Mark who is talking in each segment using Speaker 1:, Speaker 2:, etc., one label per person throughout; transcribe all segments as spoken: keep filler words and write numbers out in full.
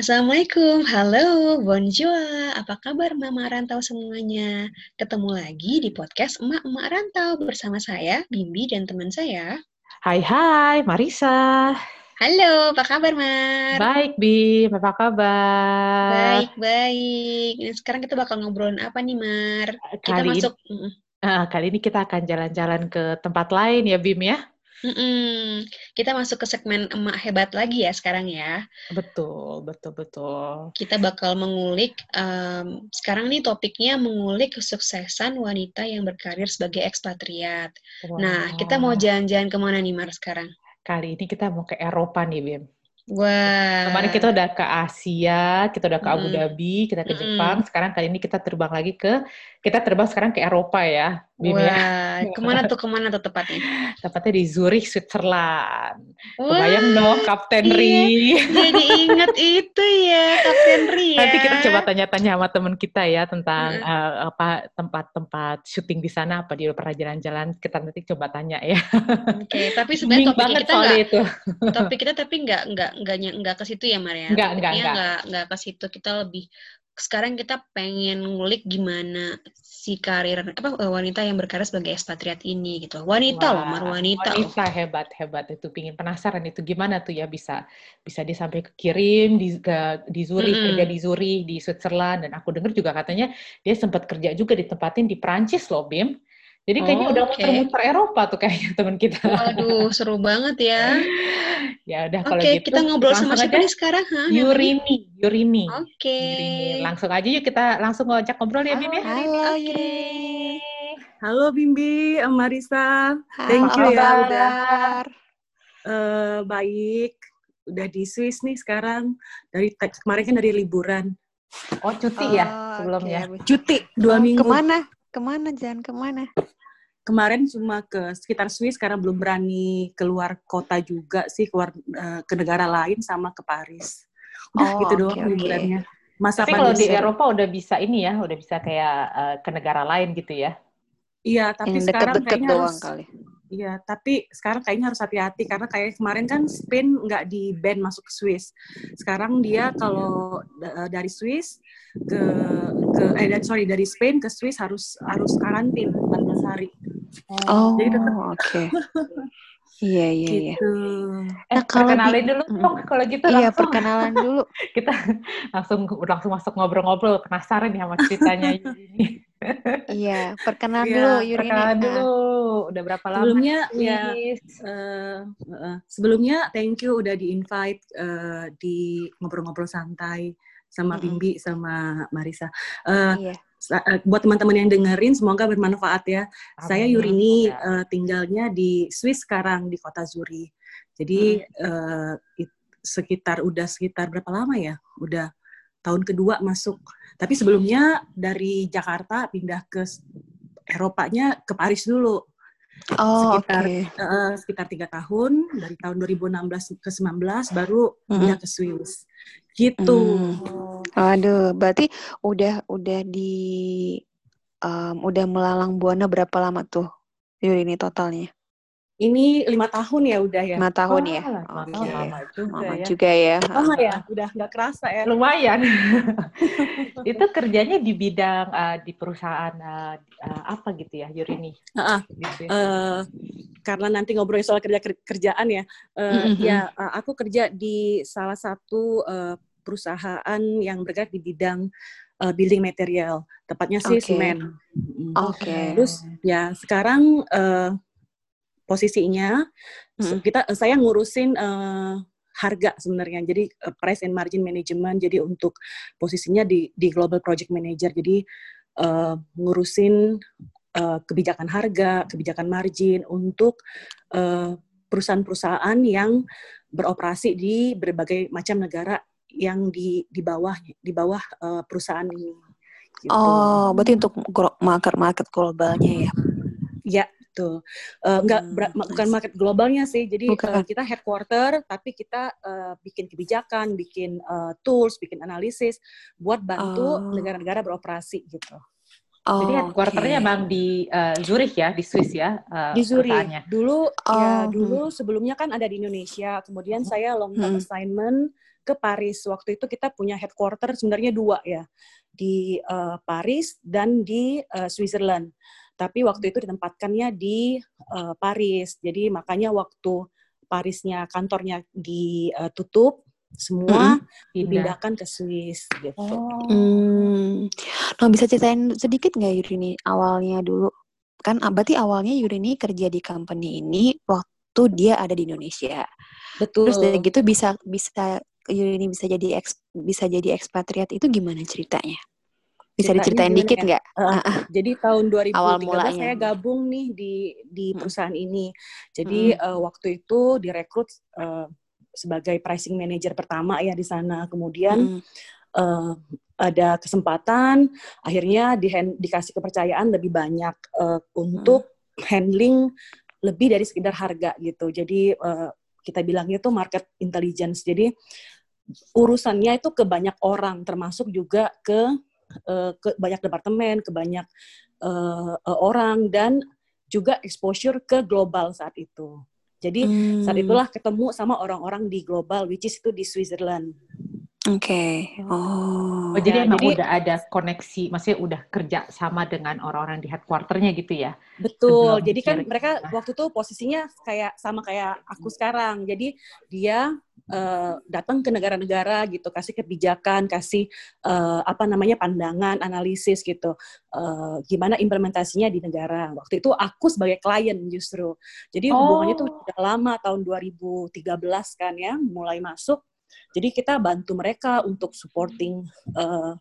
Speaker 1: Assalamualaikum, halo, bonjour, apa kabar Mama Rantau semuanya? Ketemu lagi di podcast Emak-Emak Rantau bersama saya, Bimbi dan teman saya.
Speaker 2: Hai hai, Marisa.
Speaker 1: Halo, apa kabar Mar?
Speaker 2: Baik, Bim. Apa kabar?
Speaker 1: Baik-baik. Nah, sekarang kita bakal ngobrolin apa nih Mar? Kita
Speaker 2: Kali ini,
Speaker 1: masuk, mm,
Speaker 2: eh, kali ini kita akan jalan-jalan ke tempat lain ya, Bim ya?
Speaker 1: mm-mm. Kita masuk ke segmen Emak Hebat lagi ya sekarang ya.
Speaker 2: Betul, betul, betul.
Speaker 1: Kita bakal mengulik, em, sekarang nih topiknya mengulik kesuksesan wanita yang berkarir sebagai ekspatriat. Nah, kita mau
Speaker 2: Wah,
Speaker 1: jalan-jalan kemana nih, Mar, sekarang?
Speaker 2: kali ini kita mau ke Eropa nih, Bim. Kemarin
Speaker 1: Wah,
Speaker 2: kita udah ke Asia, kita udah ke Abu
Speaker 1: mm-mm,
Speaker 2: Dhabi, kita ke Jepang.
Speaker 1: mm-mm.
Speaker 2: Sekarang kali ini kita terbang lagi ke, kita terbang sekarang ke Eropa ya, Bim ya.
Speaker 1: Wah, kemana tuh, kemana tuh tepatnya?
Speaker 2: Tepatnya di Zurich, Switzerland. Kebayang dong,
Speaker 1: Wah,
Speaker 2: Kapten
Speaker 1: iya,
Speaker 2: Ri.
Speaker 1: jadi inget itu ya, Kapten Ria.
Speaker 2: Nanti kita coba tanya-tanya sama teman kita ya tentang
Speaker 1: Heeh.
Speaker 2: eh, apa tempat-tempat syuting di sana, apa dia pernah jalan-jalan, kita nanti coba tanya ya.
Speaker 1: Oke, tapi sebenarnya
Speaker 2: Booming
Speaker 1: topiknya
Speaker 2: banget
Speaker 1: kita
Speaker 2: soalnya
Speaker 1: nggak,
Speaker 2: itu.
Speaker 1: topik kita tapi nggak nggak nggak ny- nggak ke situ ya Maria.
Speaker 2: Enggak, enggak,
Speaker 1: Topiknya
Speaker 2: enggak.
Speaker 1: nggak nggak ke situ. Kita lebih sekarang kita pengen ngulik gimana si karir apa wanita yang berkarir sebagai ekspatriat ini gitu. Wanita loh, Mar,
Speaker 2: Wah,
Speaker 1: wanita loh.
Speaker 2: wanita hebat, hebat itu. Pingin penasaran itu gimana tuh ya bisa bisa dia sampai kirim di ke, di Zurich, kerja
Speaker 1: Mm-mm.
Speaker 2: di Zurich, di Switzerland, dan aku dengar juga katanya dia sempat kerja juga ditempatin di Prancis loh, Bim. Jadi kayaknya udah
Speaker 1: Oke.
Speaker 2: muter-muter Eropa tuh kayaknya teman kita.
Speaker 1: Waduh, seru banget ya.
Speaker 2: Ya udah kalau
Speaker 1: Oke,
Speaker 2: gitu
Speaker 1: kita ngobrol sama
Speaker 2: langsung
Speaker 1: siapa
Speaker 2: aja.
Speaker 1: nih sekarang? Hah, namanya?
Speaker 2: Yurini, Yurini,
Speaker 1: Oke.
Speaker 2: Yurini. Langsung aja yuk kita langsung ngajak ngobrol ya Bim
Speaker 1: Halo
Speaker 2: ya.
Speaker 1: Yurini,
Speaker 3: Halo
Speaker 1: oke.
Speaker 3: Yurini,
Speaker 4: Halo Bimbi, Em Marisa,
Speaker 2: Apa
Speaker 4: thank
Speaker 3: halo
Speaker 4: you
Speaker 3: apa
Speaker 4: ya
Speaker 2: kabar?
Speaker 4: udah
Speaker 3: kabar?
Speaker 4: eh, baik, udah di Swiss nih sekarang. Dari kemarin kan dari liburan,
Speaker 2: Oh cuti ya
Speaker 3: Oh, oke,
Speaker 2: sebelumnya.
Speaker 3: habis.
Speaker 4: cuti dua
Speaker 3: Oh,
Speaker 4: minggu.
Speaker 3: kemana? Kemana? Jangan kemana?
Speaker 4: Kemarin cuma ke sekitar Swiss karena belum berani keluar kota juga sih, keluar eh, ke negara lain sama ke Paris. Udah
Speaker 3: Oh,
Speaker 4: gitu
Speaker 3: oke
Speaker 4: doang
Speaker 3: oke.
Speaker 4: liburannya. Masa
Speaker 2: Tapi kalau di
Speaker 4: pandemi.
Speaker 2: Eropa udah bisa ini ya, udah bisa kayak eh, ke negara lain gitu ya.
Speaker 4: Iya, tapi
Speaker 3: Yang
Speaker 4: sekarang
Speaker 3: deket-deket
Speaker 4: kayaknya
Speaker 3: doang
Speaker 4: harus.
Speaker 3: kali.
Speaker 4: Iya, tapi sekarang kayaknya harus hati-hati karena kayak kemarin kan Spain nggak di ban masuk ke Swiss. Sekarang dia kalau uh, dari Swiss ke ke eh dari- sorry dari Spain ke Swiss harus harus karantin empat belas hari.
Speaker 3: Oh,
Speaker 4: Jadi tetap
Speaker 3: oke. Iya iya iya.
Speaker 4: gitu.
Speaker 2: Eh
Speaker 3: Nah kalau di,
Speaker 2: perkenalin dulu
Speaker 3: Mm-mm.
Speaker 2: dong kalau gitu
Speaker 3: Iya
Speaker 2: langsung
Speaker 3: perkenalan dulu.
Speaker 2: kita langsung langsung masuk ngobrol-ngobrol, penasaran nih sama ceritanya Yurini.
Speaker 3: Iya perkenalan dulu
Speaker 4: Iya,
Speaker 3: Yurini.
Speaker 2: Perkenalan dulu,
Speaker 3: Ah,
Speaker 2: udah berapa lama di
Speaker 4: sebelumnya ya
Speaker 2: Swiss?
Speaker 4: uh, uh, sebelumnya thank you udah di-invite uh, di ngobrol-ngobrol santai sama
Speaker 3: mm-mm.
Speaker 4: Bimbi sama Marisa. Uh,
Speaker 3: Iya.
Speaker 4: sa- uh, buat teman-teman yang dengerin semoga bermanfaat ya. Saya
Speaker 2: Amin.
Speaker 4: Yurini
Speaker 2: Ya.
Speaker 4: uh, tinggalnya di Swiss sekarang di kota Zurich. Jadi
Speaker 3: Mm-mm.
Speaker 4: uh, it- sekitar udah sekitar berapa lama ya? Udah tahun kedua masuk. Tapi sebelumnya dari Jakarta pindah ke Eropanya ke Paris dulu.
Speaker 3: Oh
Speaker 4: Sekitar
Speaker 3: oke.
Speaker 4: uh, sekitar tiga tahun dari tahun dua ribu enam belas ke sembilan belas baru pindah
Speaker 3: Mm-mm.
Speaker 4: ke Swiss gitu.
Speaker 3: Mm. Waduh, berarti udah udah di um, udah melalang buana berapa lama tuh Yurini totalnya?
Speaker 4: Ini lima tahun ya udah ya.
Speaker 3: Lima tahun ya?
Speaker 2: Wah, lima
Speaker 3: Oke.
Speaker 2: tahun lama juga
Speaker 3: Lama
Speaker 2: ya.
Speaker 3: juga ya.
Speaker 4: Lama ya, udah nggak kerasa ya.
Speaker 2: Lumayan. Itu kerjanya di bidang uh, di perusahaan uh, uh, apa gitu ya, Yurini?
Speaker 4: Uh,
Speaker 2: Gitu ya.
Speaker 4: uh, karena nanti ngobrolin soal kerja kerjaan ya. Uh,
Speaker 3: Mm-mm.
Speaker 4: ya, uh, aku kerja di salah satu uh, perusahaan yang bergerak di bidang uh, building material, tepatnya sih
Speaker 3: Oke.
Speaker 4: semen. Mm.
Speaker 3: Oke.
Speaker 4: Terus ya sekarang uh, posisinya
Speaker 3: Mm-mm.
Speaker 4: kita saya ngurusin uh, harga sebenarnya. Jadi uh, price and margin management. Jadi untuk posisinya di di global project manager. Jadi uh, ngurusin uh, kebijakan harga, kebijakan margin untuk uh, perusahaan-perusahaan yang beroperasi di berbagai macam negara yang di di bawah di bawah uh, perusahaan ini. Gitu.
Speaker 3: Oh, berarti untuk market-market globalnya ya?
Speaker 4: Ya, betul. Uh, enggak,
Speaker 3: Hmm,
Speaker 4: bukan market globalnya sih. Jadi uh,
Speaker 3: bukan.
Speaker 4: kita headquarter, tapi kita uh, bikin kebijakan, bikin uh, tools, bikin analisis buat bantu
Speaker 3: Oh.
Speaker 4: negara-negara beroperasi gitu.
Speaker 3: Oh,
Speaker 2: jadi headquarternya
Speaker 3: okay.
Speaker 2: Bang di uh, Zurich ya, di Swiss ya, uh,
Speaker 4: di Zurich. Dulu
Speaker 3: oh,
Speaker 4: ya dulu
Speaker 3: hmm.
Speaker 4: sebelumnya kan ada di Indonesia. Kemudian saya long term
Speaker 3: Hmm.
Speaker 4: assignment ke Paris. Waktu itu kita punya headquarter sebenarnya dua ya, di uh, Paris dan di uh, Switzerland. Tapi waktu itu ditempatkannya di uh, Paris. Jadi makanya waktu Parisnya kantornya ditutup, semua
Speaker 2: mm-hmm.
Speaker 4: dipindahkan ke Swiss gitu.
Speaker 3: Oh. Hmm. Nah, bisa ceritain sedikit nggak Yurini awalnya dulu? Kan berarti awalnya Yurini kerja di company ini waktu dia ada di Indonesia.
Speaker 4: Betul.
Speaker 3: Terus dari gitu bisa bisa Yurini bisa jadi eks, bisa jadi ekspatriat itu gimana ceritanya? Bisa diceritain dikit nggak?
Speaker 4: Ya? Uh, uh. Jadi tahun dua ribu tiga belas
Speaker 3: awal mulanya
Speaker 4: saya gabung nih di di perusahaan hmm. ini. Jadi
Speaker 3: hmm.
Speaker 4: uh, waktu itu direkrut uh, sebagai pricing manager pertama ya di sana. Kemudian hmm. uh, ada kesempatan, akhirnya di hand, dikasih kepercayaan lebih banyak uh, untuk hmm. handling lebih dari sekedar harga gitu. Jadi uh, kita bilangnya itu market intelligence. Jadi urusannya itu ke banyak orang, termasuk juga ke uh, ke banyak departemen, ke banyak uh, uh, orang, dan juga exposure ke global saat itu. Jadi hmm. saat itulah ketemu sama orang-orang di global, which is itu di Switzerland.
Speaker 3: Oke. Okay. Oh.
Speaker 2: Oh, jadi
Speaker 4: ya,
Speaker 2: emang
Speaker 4: jadi,
Speaker 2: udah ada koneksi, maksudnya udah kerja sama dengan orang-orang di headquarternya gitu ya?
Speaker 4: Betul. Jadi kan mereka waktu itu posisinya kayak sama kayak aku sekarang. Jadi dia uh, datang ke negara-negara gitu, kasih kebijakan, kasih uh, apa namanya pandangan, analisis gitu. Uh, gimana implementasinya di negara. Waktu itu aku sebagai klien justru. Jadi
Speaker 2: oh.
Speaker 4: hubungannya tuh udah lama, tahun dua ribu tiga belas kan ya, mulai masuk. Jadi kita bantu mereka untuk supporting uh,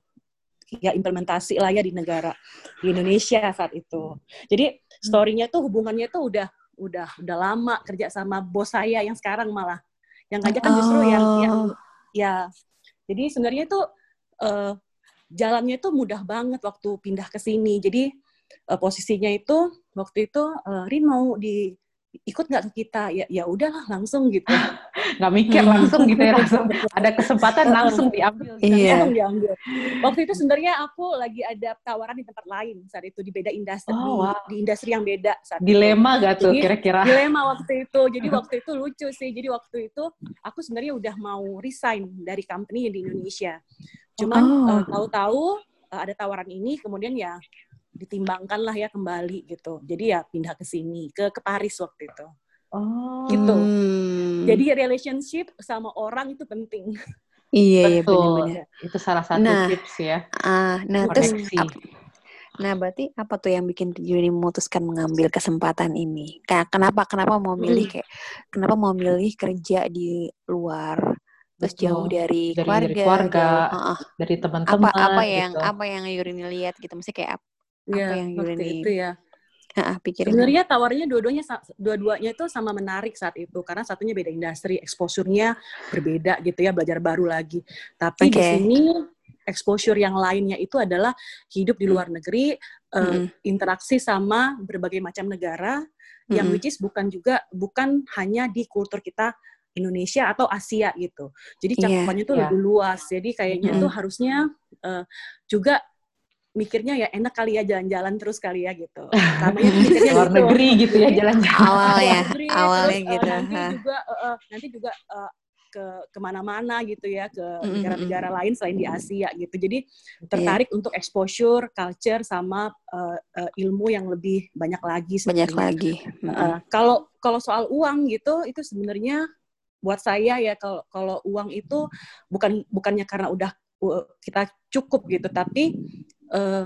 Speaker 4: ya implementasi lah ya di negara di Indonesia saat itu. Jadi story-nya tuh hubungannya tuh udah udah udah lama kerja sama bos saya yang sekarang malah. Yang ngajak kan justru yang yang ya. Jadi sebenarnya tuh uh, jalannya tuh mudah banget waktu pindah ke sini. Jadi uh, posisinya itu waktu itu uh, Rin mau di ikut nggak ke kita, ya ya udahlah langsung gitu,
Speaker 2: nggak mikir hmm. langsung gitu ya, langsung ada kesempatan langsung diambil gitu.
Speaker 3: Iya.
Speaker 4: Langsung diambil. Waktu itu sebenarnya aku lagi ada tawaran di tempat lain saat itu, di beda industri,
Speaker 2: oh, wow.
Speaker 4: di, di industri yang beda saat
Speaker 2: dilema
Speaker 4: itu.
Speaker 2: Gak tuh
Speaker 4: jadi,
Speaker 2: kira-kira
Speaker 4: dilema waktu itu, jadi waktu itu lucu sih, jadi waktu itu aku sebenarnya udah mau resign dari company di Indonesia, cuman oh. uh, tahu-tahu uh, ada tawaran ini, kemudian ya ditimbangkan lah ya kembali gitu. Jadi ya pindah ke sini, ke ke Paris waktu itu.
Speaker 2: Oh.
Speaker 4: Gitu.
Speaker 3: Hmm.
Speaker 4: Jadi relationship sama orang itu penting.
Speaker 3: Iya,
Speaker 2: betul.
Speaker 3: Benar-benar.
Speaker 2: Itu salah satu
Speaker 3: nah,
Speaker 2: tips ya.
Speaker 3: Uh, nah,
Speaker 2: koneksi.
Speaker 3: terus ap, nah, berarti apa tuh yang bikin Yuni memutuskan mengambil kesempatan ini? Kayak kenapa kenapa mau milih kayak kenapa mau milih kerja di luar? Terus betul. jauh dari,
Speaker 2: dari
Speaker 3: keluarga,
Speaker 2: dari keluarga,
Speaker 3: jauh, uh, uh.
Speaker 2: dari teman-teman.
Speaker 3: Apa apa yang
Speaker 2: gitu.
Speaker 3: apa yang Yurini lihat gitu, mesti kayak apa?
Speaker 4: Ya,
Speaker 3: apa yang Yurini
Speaker 4: itu ya.
Speaker 3: uh, pikirin?
Speaker 4: Sebenarnya tawarnya dua-duanya dua-duanya itu sama menarik saat itu, karena satunya beda industri, exposure-nya berbeda gitu ya, belajar baru lagi. Tapi okay. di sini exposure yang lainnya itu adalah hidup di luar negeri, uh, mm-hmm. interaksi sama berbagai macam negara, mm-hmm. yang which is bukan juga bukan hanya di kultur kita Indonesia atau Asia gitu. Jadi cakupannya itu yeah, lebih yeah. luas. Jadi kayaknya mm-hmm. tuh harusnya uh, juga mikirnya ya enak kali ya jalan-jalan terus kali ya gitu. Namanya mikirnya
Speaker 2: luar
Speaker 4: gitu.
Speaker 2: negeri gitu ya jalan-jalan.
Speaker 3: Awalnya,
Speaker 4: negeri,
Speaker 3: awalnya
Speaker 4: terus,
Speaker 3: gitu.
Speaker 4: Uh, nanti juga uh, uh, nanti juga uh, ke kemana-mana gitu ya, ke mm-hmm. negara-negara lain selain di Asia gitu. Jadi tertarik yeah. untuk exposure, culture sama uh, uh, ilmu yang lebih banyak lagi sebenarnya.
Speaker 3: Banyak lagi.
Speaker 4: Uh, kalau kalau soal uang gitu, itu sebenarnya buat saya ya kalau kalau uang itu bukan bukannya karena udah uh, kita cukup gitu, tapi uh,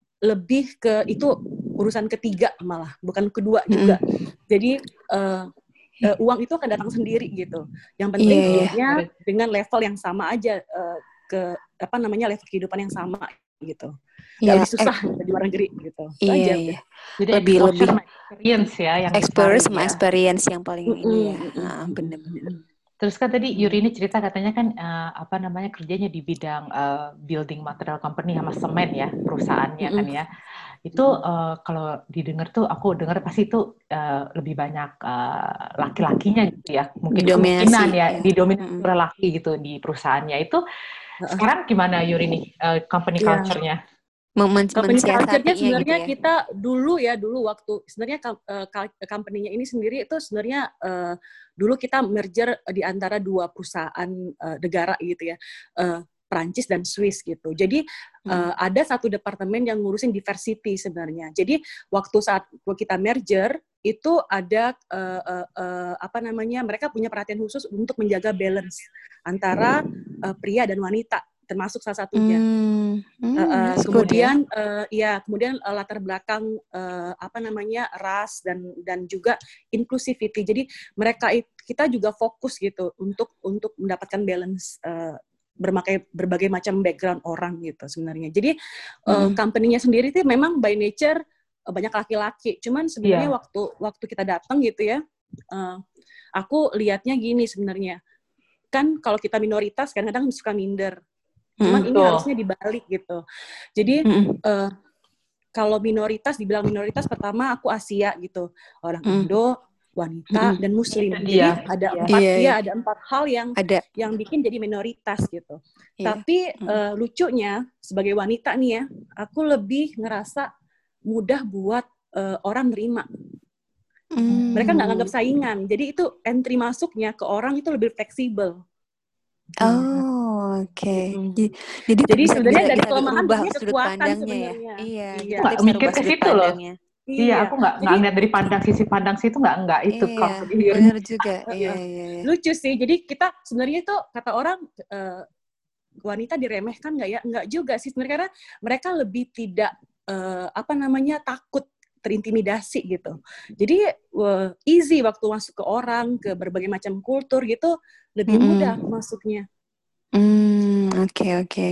Speaker 4: lebih ke itu urusan ketiga malah, bukan kedua juga. Mm-hmm. Jadi uh, uh, uang itu akan datang sendiri gitu. Yang penting yeah, hidupnya yeah. dengan level yang sama aja, uh, ke apa namanya level kehidupan yang sama gitu. Gak yeah, lebih susah eh, di luar negeri gitu.
Speaker 3: Iya,
Speaker 4: aja,
Speaker 3: iya.
Speaker 2: Jadi
Speaker 3: lebih lebih
Speaker 2: experience ya yang
Speaker 3: experience sama
Speaker 2: ya.
Speaker 3: experience yang paling mm-hmm. ini ya.
Speaker 4: Mm-hmm.
Speaker 3: Nah, benar-benar.
Speaker 2: Terus kan tadi Yurini cerita katanya kan uh, apa namanya kerjanya di bidang uh, building material company sama semen ya perusahaannya mm-hmm. kan ya. Itu uh, kalau didengar tuh aku dengar pasti itu uh, lebih banyak uh, laki-lakinya gitu ya. Mungkin kemungkinan ya, ya. didominasi mm-hmm. laki gitu di perusahaannya itu. Uh-uh. Sekarang gimana Yurini uh, company culture-nya?
Speaker 3: Mem-
Speaker 4: Company culture-nya
Speaker 3: mensiasatinya gitu
Speaker 4: sebenarnya
Speaker 3: ya.
Speaker 4: kita dulu ya dulu waktu sebenarnya com- eh, kal- company-nya ini sendiri itu sebenarnya eh, dulu kita merger di antara dua perusahaan eh, negara gitu ya, eh, Prancis dan Swiss gitu. Jadi eh,
Speaker 3: Hmm.
Speaker 4: ada satu departemen yang ngurusin diversity sebenarnya. Jadi waktu saat kita merger itu ada eh, eh, eh, apa namanya, mereka punya perhatian khusus untuk menjaga balance antara eh, pria dan wanita, termasuk salah satunya.
Speaker 3: Hmm. Hmm,
Speaker 4: Uh, uh,
Speaker 3: that's good ya.
Speaker 4: kemudian uh, ya kemudian uh, latar belakang uh, apa namanya ras dan dan juga inclusivity. Jadi mereka it- kita juga fokus gitu untuk untuk mendapatkan balance uh, berbagai berbagai macam background orang gitu sebenarnya. Jadi uh,
Speaker 3: Hmm.
Speaker 4: company-nya sendiri tuh memang by nature uh, banyak laki-laki. Cuman sebenarnya
Speaker 2: Iya.
Speaker 4: waktu waktu kita datang gitu ya, uh, aku lihatnya gini sebenarnya. Kan kalau kita minoritas kadang-kadang suka minder. Cuman
Speaker 3: Hmm.
Speaker 4: ini
Speaker 2: Betul.
Speaker 4: harusnya dibalik gitu. Jadi
Speaker 3: Hmm.
Speaker 4: eh, kalau minoritas, dibilang minoritas, pertama aku Asia gitu, orang
Speaker 3: Hmm.
Speaker 4: Indo, wanita,
Speaker 3: Hmm.
Speaker 4: dan Muslim.
Speaker 2: Itu
Speaker 4: Jadi
Speaker 2: dia.
Speaker 4: ada
Speaker 2: Iya.
Speaker 4: empat,
Speaker 3: Iya,
Speaker 4: ya
Speaker 3: iya.
Speaker 4: ada empat hal yang
Speaker 3: Ada.
Speaker 4: yang bikin jadi minoritas gitu.
Speaker 3: Iya.
Speaker 4: Tapi
Speaker 3: Hmm.
Speaker 4: eh, lucunya sebagai wanita nih ya, aku lebih ngerasa mudah buat eh, orang nerima.
Speaker 3: Hmm.
Speaker 4: Mereka nggak nganggap saingan. Jadi itu entry masuknya ke orang itu lebih fleksibel.
Speaker 3: Oh, oke.
Speaker 4: Gitu.
Speaker 3: Jadi, jadi
Speaker 4: Jadi
Speaker 3: bisa
Speaker 4: sebenarnya
Speaker 3: bisa
Speaker 4: dari
Speaker 3: bisa
Speaker 4: kelemahan
Speaker 3: berubah
Speaker 4: jadinya
Speaker 3: sudut
Speaker 4: kekuatan
Speaker 3: pandangnya ya.
Speaker 4: sebenarnya.
Speaker 3: Iya,
Speaker 4: Iya.
Speaker 3: jadi
Speaker 2: Nggak
Speaker 3: kita bisa
Speaker 2: mikir
Speaker 3: rubah
Speaker 2: ke
Speaker 3: sudut
Speaker 2: situ loh.
Speaker 3: pandangnya.
Speaker 2: Iya,
Speaker 4: Iya.
Speaker 2: aku nggak nggak
Speaker 4: Jadi
Speaker 2: ngeliat dari pandang sisi pandang situ nggak nggak itu
Speaker 3: Iya,
Speaker 2: kalau sendiri.
Speaker 3: benar juga.
Speaker 4: uh,
Speaker 3: Iya,
Speaker 4: uh,
Speaker 3: iya, iya.
Speaker 4: lucu sih. Jadi kita sebenarnya itu kata orang uh, wanita diremehkan nggak ya? Nggak juga sih sebenarnya, karena mereka lebih tidak uh, apa namanya takut terintimidasi gitu. Jadi uh, easy waktu masuk ke orang, ke berbagai macam kultur gitu, lebih
Speaker 3: Mm-mm.
Speaker 4: mudah masuknya.
Speaker 3: Hmm, oke, oke.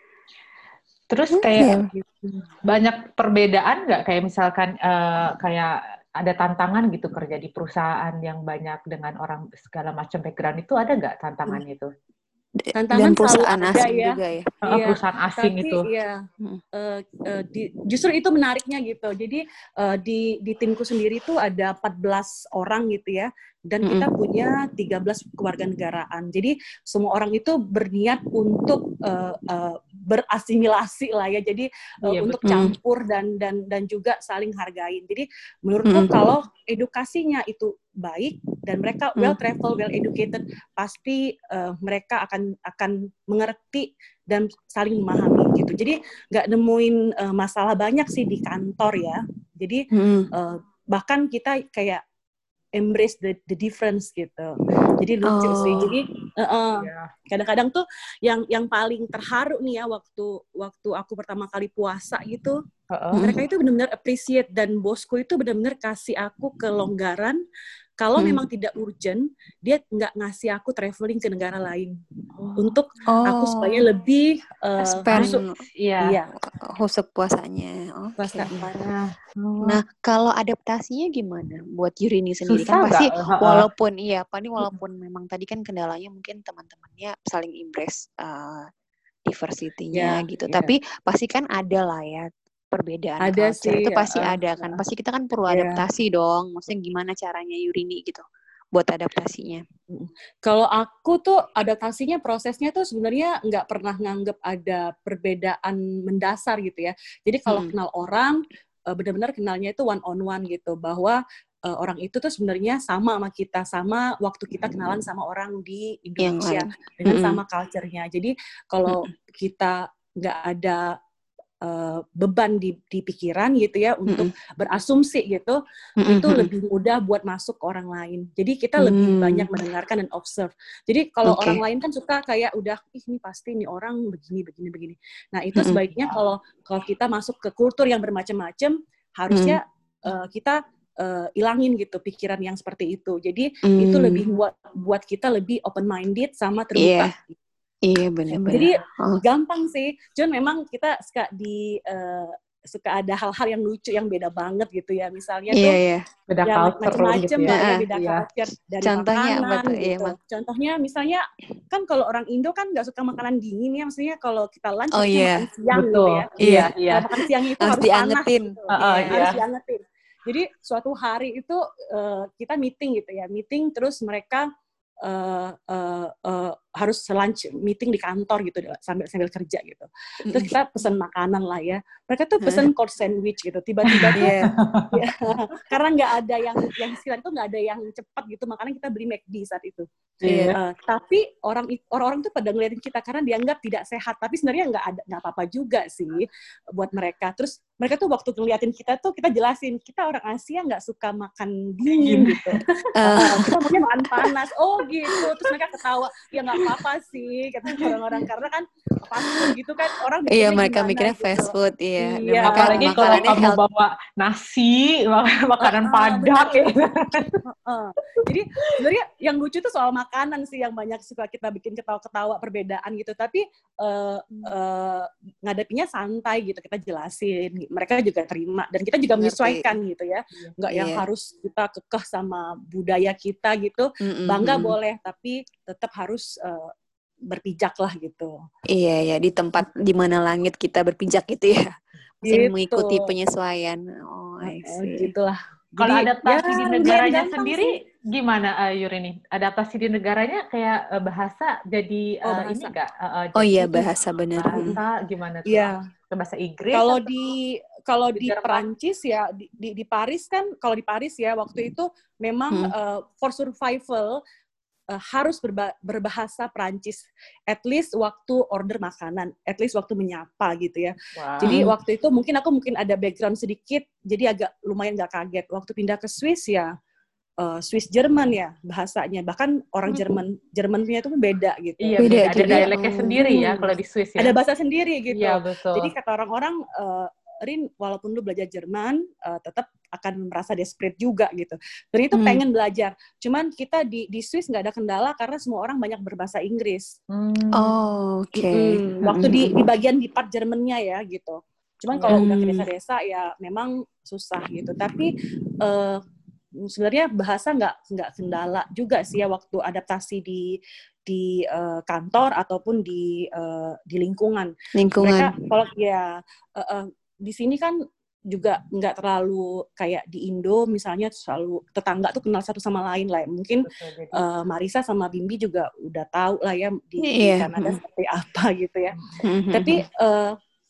Speaker 2: Terus
Speaker 3: Hmm,
Speaker 2: kayak
Speaker 3: iya.
Speaker 4: Gitu.
Speaker 2: banyak perbedaan nggak, kayak misalkan eh, kayak ada tantangan gitu kerja di perusahaan yang banyak dengan orang segala macam background, itu ada nggak tantangannya itu?
Speaker 3: D-
Speaker 4: Tantangan
Speaker 3: Dan
Speaker 4: selalu
Speaker 3: perusahaan
Speaker 4: ada
Speaker 3: asing
Speaker 4: ya.
Speaker 3: juga ya.
Speaker 2: Eh,
Speaker 4: Iya,
Speaker 2: perusahaan asing
Speaker 4: tapi
Speaker 2: itu.
Speaker 4: ya
Speaker 3: Hmm.
Speaker 4: uh, uh, di, justru itu menariknya gitu. Jadi uh, di di timku sendiri tuh ada empat belas orang gitu ya, dan
Speaker 3: Mm-mm.
Speaker 4: kita punya tiga belas kewarganegaraan. Jadi semua orang itu berniat untuk uh, uh, berasimilasi lah ya. Jadi uh,
Speaker 2: Iya,
Speaker 4: untuk
Speaker 2: betul.
Speaker 4: campur dan dan dan juga saling hargain. Jadi menurutku
Speaker 3: Mm.
Speaker 4: kalau edukasinya itu baik dan mereka
Speaker 3: Mm.
Speaker 4: well traveled, well educated, pasti uh, mereka akan akan mengerti dan saling memahami gitu. Jadi nggak nemuin uh, masalah banyak sih di kantor ya. Jadi
Speaker 3: Mm.
Speaker 4: uh, bahkan kita kayak embrace the the difference gitu. Jadi lucu
Speaker 3: Oh.
Speaker 4: sih. Jadi uh, uh,
Speaker 2: Iya.
Speaker 4: kadang-kadang tuh yang yang paling terharu nih ya waktu waktu aku pertama kali puasa gitu.
Speaker 2: Heeh.
Speaker 4: Mereka itu benar-benar appreciate, dan bosku itu benar-benar kasih aku kelonggaran. Kalau
Speaker 3: Hmm.
Speaker 4: memang tidak urgent, dia nggak ngasih aku traveling ke negara lain
Speaker 2: Oh.
Speaker 4: untuk aku
Speaker 3: Oh.
Speaker 4: supaya lebih uh,
Speaker 3: Spend
Speaker 4: masuk.
Speaker 2: Iya.
Speaker 4: Iya,
Speaker 3: husuk puasanya. Oke.
Speaker 4: puasanya.
Speaker 2: Parah. Oh.
Speaker 3: Nah, kalau adaptasinya gimana buat Yurini sendiri?
Speaker 2: Susah
Speaker 3: Kan pasti
Speaker 2: nggak? Heeh.
Speaker 3: walaupun iya, paling walaupun memang tadi kan kendalanya mungkin teman-temannya saling embrace uh, diversity-nya
Speaker 4: Ya,
Speaker 3: gitu.
Speaker 4: ya.
Speaker 3: Tapi pasti kan ada lah ya perbedaan
Speaker 4: Ada
Speaker 3: culture
Speaker 4: sih,
Speaker 3: itu pasti
Speaker 4: uh,
Speaker 3: ada kan.
Speaker 4: uh,
Speaker 3: Pasti kita kan perlu
Speaker 4: ya.
Speaker 3: adaptasi dong. Maksudnya gimana caranya Yurini gitu buat adaptasinya?
Speaker 4: Kalau aku tuh adaptasinya prosesnya tuh sebenarnya nggak pernah nganggep ada perbedaan mendasar gitu ya. Jadi kalau
Speaker 3: Mm-mm.
Speaker 4: kenal orang, uh, benar-benar kenalnya itu one on one gitu, bahwa uh, orang itu tuh sebenarnya sama sama kita, sama waktu kita kenalan sama orang di
Speaker 3: Yang
Speaker 4: Indonesia
Speaker 3: lain.
Speaker 4: dengan
Speaker 3: Mm-mm.
Speaker 4: sama culture-nya. Jadi kalau kita nggak ada uh, beban di, di pikiran gitu ya untuk
Speaker 3: Mm-mm.
Speaker 4: berasumsi gitu,
Speaker 3: Mm-mm.
Speaker 4: itu lebih mudah buat masuk ke orang lain. Jadi kita lebih
Speaker 3: Mm.
Speaker 4: banyak mendengarkan dan observe. Jadi kalau
Speaker 3: Oke.
Speaker 4: orang lain kan suka kayak udah, ih ini pasti nih orang begini begini begini. Nah itu
Speaker 3: Mm-mm.
Speaker 4: sebaiknya kalau kalau kita masuk ke kultur yang bermacam-macam, harusnya uh, kita uh, ilangin gitu pikiran yang seperti itu. Jadi
Speaker 3: Mm.
Speaker 4: itu lebih buat buat kita lebih open minded sama terbuka.
Speaker 3: Iya. Iya benar-benar.
Speaker 4: Jadi
Speaker 3: Oh.
Speaker 4: gampang sih, cuman memang kita suka di uh, suka ada hal-hal yang lucu yang beda banget gitu ya, misalnya
Speaker 3: Iya,
Speaker 4: tuh
Speaker 3: iya.
Speaker 2: Beda
Speaker 4: ya
Speaker 2: culture
Speaker 4: macam-macam
Speaker 2: gitu ya.
Speaker 4: lah ya,
Speaker 3: Heeh.
Speaker 4: beda
Speaker 2: Iya.
Speaker 4: culture dari
Speaker 3: Contohnya apa
Speaker 4: makanan
Speaker 3: tuh? Iya,
Speaker 4: gitu.
Speaker 3: mak-
Speaker 4: Contohnya misalnya kan kalau orang Indo kan nggak suka makanan dingin ya, maksudnya kalau kita lunch
Speaker 3: Oh
Speaker 4: harusnya
Speaker 3: iya.
Speaker 4: makan siang gitu
Speaker 2: Betul.
Speaker 4: ya.
Speaker 3: Iya.
Speaker 2: Iya, iya.
Speaker 4: Kalau makan siang itu
Speaker 3: Harus
Speaker 4: harus panas
Speaker 3: diangetin.
Speaker 4: gitu,
Speaker 2: Heeh,
Speaker 3: Iya.
Speaker 4: harus
Speaker 2: iya.
Speaker 4: diangetin. Jadi suatu hari itu uh, kita meeting gitu ya, meeting terus mereka uh, uh, uh, harus lunch meeting di kantor gitu sambil sambil kerja gitu. Terus kita pesan makanan lah ya. Mereka tuh pesan cold sandwich gitu. Tiba-tiba tuh
Speaker 3: Iya.
Speaker 4: ya, karena nggak ada yang yang istilah itu nggak ada yang cepat gitu. Makanya kita beli McD saat itu.
Speaker 3: Iya.
Speaker 4: Uh, tapi orang orang-orang tuh pada ngeliatin kita karena dianggap tidak sehat. Tapi sebenarnya nggak ada nggak apa-apa juga sih buat mereka. Terus mereka tuh waktu ngeliatin kita tuh kita jelasin kita orang Asia nggak suka makan dingin gitu. Uh, kita mungkin makan panas. Oh gitu. Terus mereka ketawa. Ya nggak apa-apa sih kata orang-orang karena kan fast food gitu kan orang
Speaker 3: Iya, mereka
Speaker 4: gimana,
Speaker 3: mikirnya
Speaker 4: gitu.
Speaker 3: fast food, iya.
Speaker 4: Iya.
Speaker 2: Apalagi kalau kamu
Speaker 3: health.
Speaker 2: bawa nasi, makanan uh, uh, Padang gitu.
Speaker 4: Uh, uh. Jadi sebenarnya yang lucu tuh soal makanan sih yang banyak suka kita bikin ketawa-ketawa perbedaan gitu. Tapi uh, uh, ngadepinnya santai gitu, kita jelasin. Mereka juga terima dan kita juga menyesuaikan gitu ya. Nggak
Speaker 3: iya.
Speaker 4: yang harus kita kekeh sama budaya kita gitu. Mm-mm. Bangga boleh, tapi tetap harus uh, berpijak lah gitu.
Speaker 3: Iya ya, di tempat di mana langit kita berpijak gitu ya. Masih
Speaker 4: gitu.
Speaker 3: Mengikuti penyesuaian. Oh, I see.
Speaker 4: Oh, gitulah.
Speaker 2: Kalau adaptasi
Speaker 4: ya,
Speaker 2: di negaranya sendiri
Speaker 4: sih.
Speaker 2: Gimana uh, Yurini? Adaptasi di negaranya kayak uh, bahasa jadi uh,
Speaker 4: oh, bahasa.
Speaker 2: ini enggak? Uh, uh,
Speaker 3: oh iya, bahasa benar.
Speaker 2: Bahasa gimana tuh?
Speaker 4: Iya.
Speaker 2: Bahasa Inggris?
Speaker 4: Kalau
Speaker 2: atau?
Speaker 4: di kalau di,
Speaker 2: di
Speaker 4: Perancis ya di, di di Paris kan kalau di Paris ya waktu itu memang hmm. uh, for survival Uh, harus berba- berbahasa Prancis, at least waktu order makanan, at least waktu menyapa gitu ya.
Speaker 2: Wow.
Speaker 4: Jadi waktu itu mungkin aku mungkin ada background sedikit, jadi agak lumayan gak kaget. Waktu pindah ke Swiss ya, uh, Swiss Jerman ya bahasanya, bahkan orang Jerman Jermannya itu beda gitu.
Speaker 2: Iya,
Speaker 3: beda,
Speaker 2: beda. Ada dialeknya
Speaker 3: hmm.
Speaker 2: sendiri ya kalau di Swiss ya.
Speaker 4: Ada bahasa sendiri gitu.
Speaker 2: Iya, betul.
Speaker 4: Jadi kata orang-orang, uh, Rin, walaupun lu belajar Jerman, uh, tetap akan merasa desperate juga gitu. Dan itu hmm. pengen belajar. Cuman kita di di Swiss nggak ada kendala karena semua orang banyak berbahasa Inggris.
Speaker 3: Hmm. Oh, oke. Okay.
Speaker 4: Hmm. Waktu di, di bagian di part Jermannya ya gitu. Cuman kalau hmm. udah ke desa-desa ya memang susah gitu. Tapi uh, sebenarnya bahasa nggak nggak kendala juga sih ya waktu adaptasi di di uh, kantor ataupun di uh, di lingkungan.
Speaker 3: Lingkungan.
Speaker 4: Mereka kalau ya uh, uh, di sini kan juga nggak terlalu kayak di Indo misalnya selalu tetangga tuh kenal satu sama lain lah. Mungkin betul, uh, Marisa sama Bimbi juga udah tahu lah ya di, yeah. di Kanada mm. seperti apa gitu ya. Mm-hmm. Tapi uh,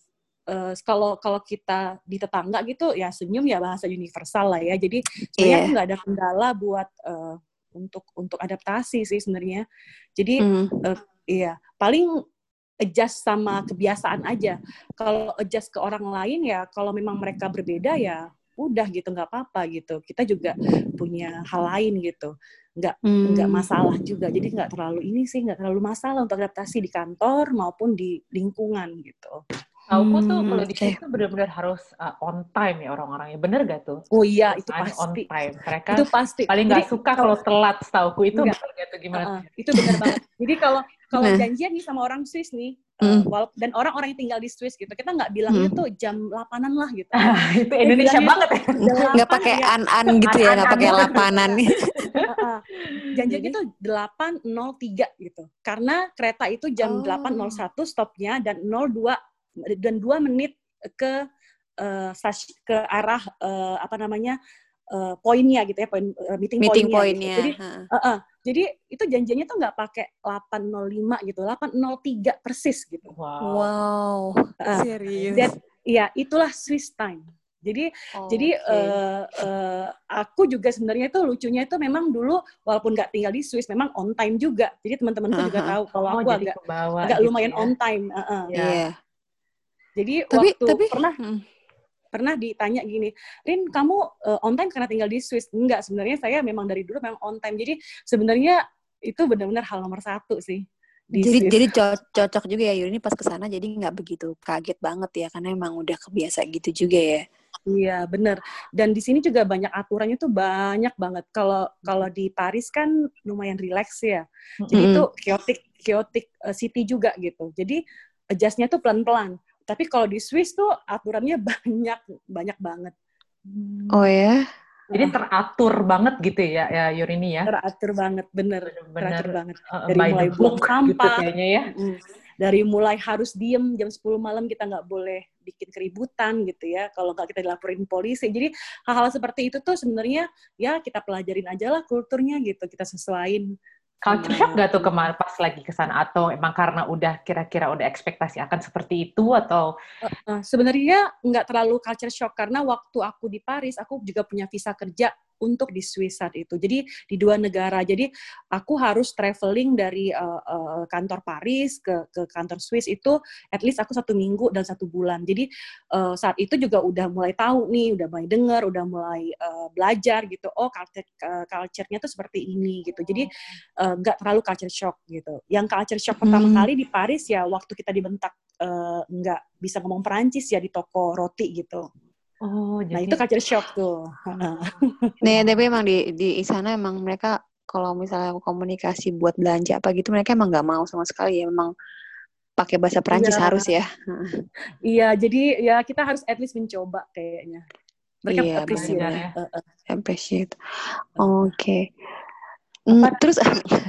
Speaker 4: uh, kalau kalau kita di tetangga gitu ya senyum ya bahasa universal lah ya. Jadi sebenarnya yeah. nggak ada kendala buat uh, untuk untuk adaptasi sih sebenarnya. Jadi mm. uh, iya paling adjust sama kebiasaan aja. Kalau adjust ke orang lain ya, kalau memang mereka berbeda ya, udah gitu nggak apa-apa gitu. Kita juga punya hal lain gitu, nggak hmm. nggak masalah juga. Jadi nggak terlalu ini sih nggak terlalu masalah untuk adaptasi di kantor maupun di lingkungan gitu.
Speaker 2: Tauku tuh kalau di situ okay. benar-benar harus uh, on time ya orang-orangnya, bener gak tuh?
Speaker 4: Oh iya itu
Speaker 2: on,
Speaker 4: pasti.
Speaker 2: On time. Mereka
Speaker 4: itu pasti.
Speaker 2: paling nggak suka kalau telat. Setauku itu bener gak tuh gimana?
Speaker 4: Uh, itu benar banget. Jadi kalau kalau nah. janjian nih sama orang Swiss nih, mm. uh, dan orang-orang yang tinggal di Swiss gitu, kita nggak bilangnya mm. tuh jam delapanan lah gitu.
Speaker 2: Itu Indonesia banget ya.
Speaker 3: Nggak pakai an-an gitu ya, nggak pakai lapanan nih.
Speaker 4: uh, uh. Janjiannya tuh delapan nol tiga gitu. Karena kereta itu jam oh. delapan nol satu stopnya dan nol dua dan dua menit ke uh, ke arah uh, apa namanya uh, poinnya gitu ya poin uh, meeting,
Speaker 3: meeting
Speaker 4: poinnya.
Speaker 3: poinnya.
Speaker 4: Gitu. Jadi, uh, uh, jadi itu janjiannya tuh nggak pakai delapan nol lima gitu, delapan nol tiga persis gitu.
Speaker 3: Wow. Wow.
Speaker 4: Uh,
Speaker 3: Serius.
Speaker 4: Dan ya itulah Swiss time. Jadi oh, jadi okay. uh, uh, aku juga sebenarnya itu lucunya itu memang dulu walaupun nggak tinggal di Swiss memang on time juga. Jadi teman-temanku uh-huh. juga tahu kalau
Speaker 2: oh,
Speaker 4: aku agak agak
Speaker 2: gitu
Speaker 4: lumayan
Speaker 2: ya?
Speaker 4: on time. Uh-uh.
Speaker 3: Yeah. Yeah.
Speaker 4: Jadi
Speaker 3: tapi,
Speaker 4: waktu
Speaker 3: tapi,
Speaker 4: pernah
Speaker 3: hmm.
Speaker 4: pernah ditanya gini, Rin kamu uh, on time karena tinggal di Swiss? Enggak, sebenarnya saya memang dari dulu memang on time. Jadi sebenarnya itu benar-benar hal nomor satu sih. Di
Speaker 3: jadi
Speaker 4: Swiss.
Speaker 3: jadi co- cocok juga ya Yurini pas kesana jadi nggak begitu kaget banget ya karena emang udah kebiasa gitu juga ya.
Speaker 4: Iya benar. Dan di sini juga banyak aturannya tuh banyak banget. Kalau kalau di Paris kan lumayan relax ya. Jadi itu mm-hmm. chaotic chaotic uh, city juga gitu. Jadi adjust-nya tuh pelan-pelan. Tapi kalau di Swiss tuh aturannya banyak, banyak banget.
Speaker 3: Oh ya?
Speaker 2: Jadi teratur banget gitu ya, ya Yurini ya?
Speaker 4: Teratur banget, bener. bener teratur banget.
Speaker 2: Dari uh, mulai buang sampah, gitu kayaknya ya.
Speaker 4: Dari mulai harus diem, jam sepuluh malam kita nggak boleh bikin keributan gitu ya. Kalau nggak kita dilaporin polisi. Jadi hal-hal seperti itu tuh sebenarnya ya kita pelajarin aja lah kulturnya gitu. Kita sesuaiin.
Speaker 2: Culture shock nggak tuh kemarin pas lagi ke sana, atau emang karena udah kira-kira udah ekspektasi akan seperti itu, atau
Speaker 4: Uh, uh, sebenarnya nggak terlalu culture shock karena waktu aku di Paris aku juga punya visa kerja untuk di Swiss saat itu. Jadi di dua negara. Jadi aku harus traveling dari uh, uh, kantor Paris ke ke kantor Swiss itu at least aku satu minggu dan satu bulan. Jadi uh, saat itu juga udah mulai tahu nih, udah mulai dengar, udah mulai uh, belajar gitu. Oh, culture uh, culture-nya tuh seperti ini gitu. Jadi uh, nggak terlalu culture shock gitu. Yang culture shock pertama
Speaker 3: Hmm.
Speaker 4: kali di Paris ya waktu kita dibentak uh, nggak bisa ngomong Perancis ya di toko roti gitu.
Speaker 2: oh
Speaker 4: Nah
Speaker 2: jadi
Speaker 4: itu culture shock tuh. Heeh.
Speaker 3: Nih, tapi emang di di sana emang mereka kalau misalnya komunikasi buat belanja apa gitu mereka emang nggak mau sama sekali ya, memang pakai bahasa Perancis
Speaker 4: Iya,
Speaker 3: harus ya.
Speaker 4: iya. Jadi ya kita harus at least mencoba kayaknya. Mereka
Speaker 3: Iya,
Speaker 4: appreciate
Speaker 2: benar
Speaker 4: ya.
Speaker 2: ya.
Speaker 4: Uh, uh.
Speaker 3: Appreciate. Oke. Hmm,
Speaker 2: Apa?
Speaker 3: terus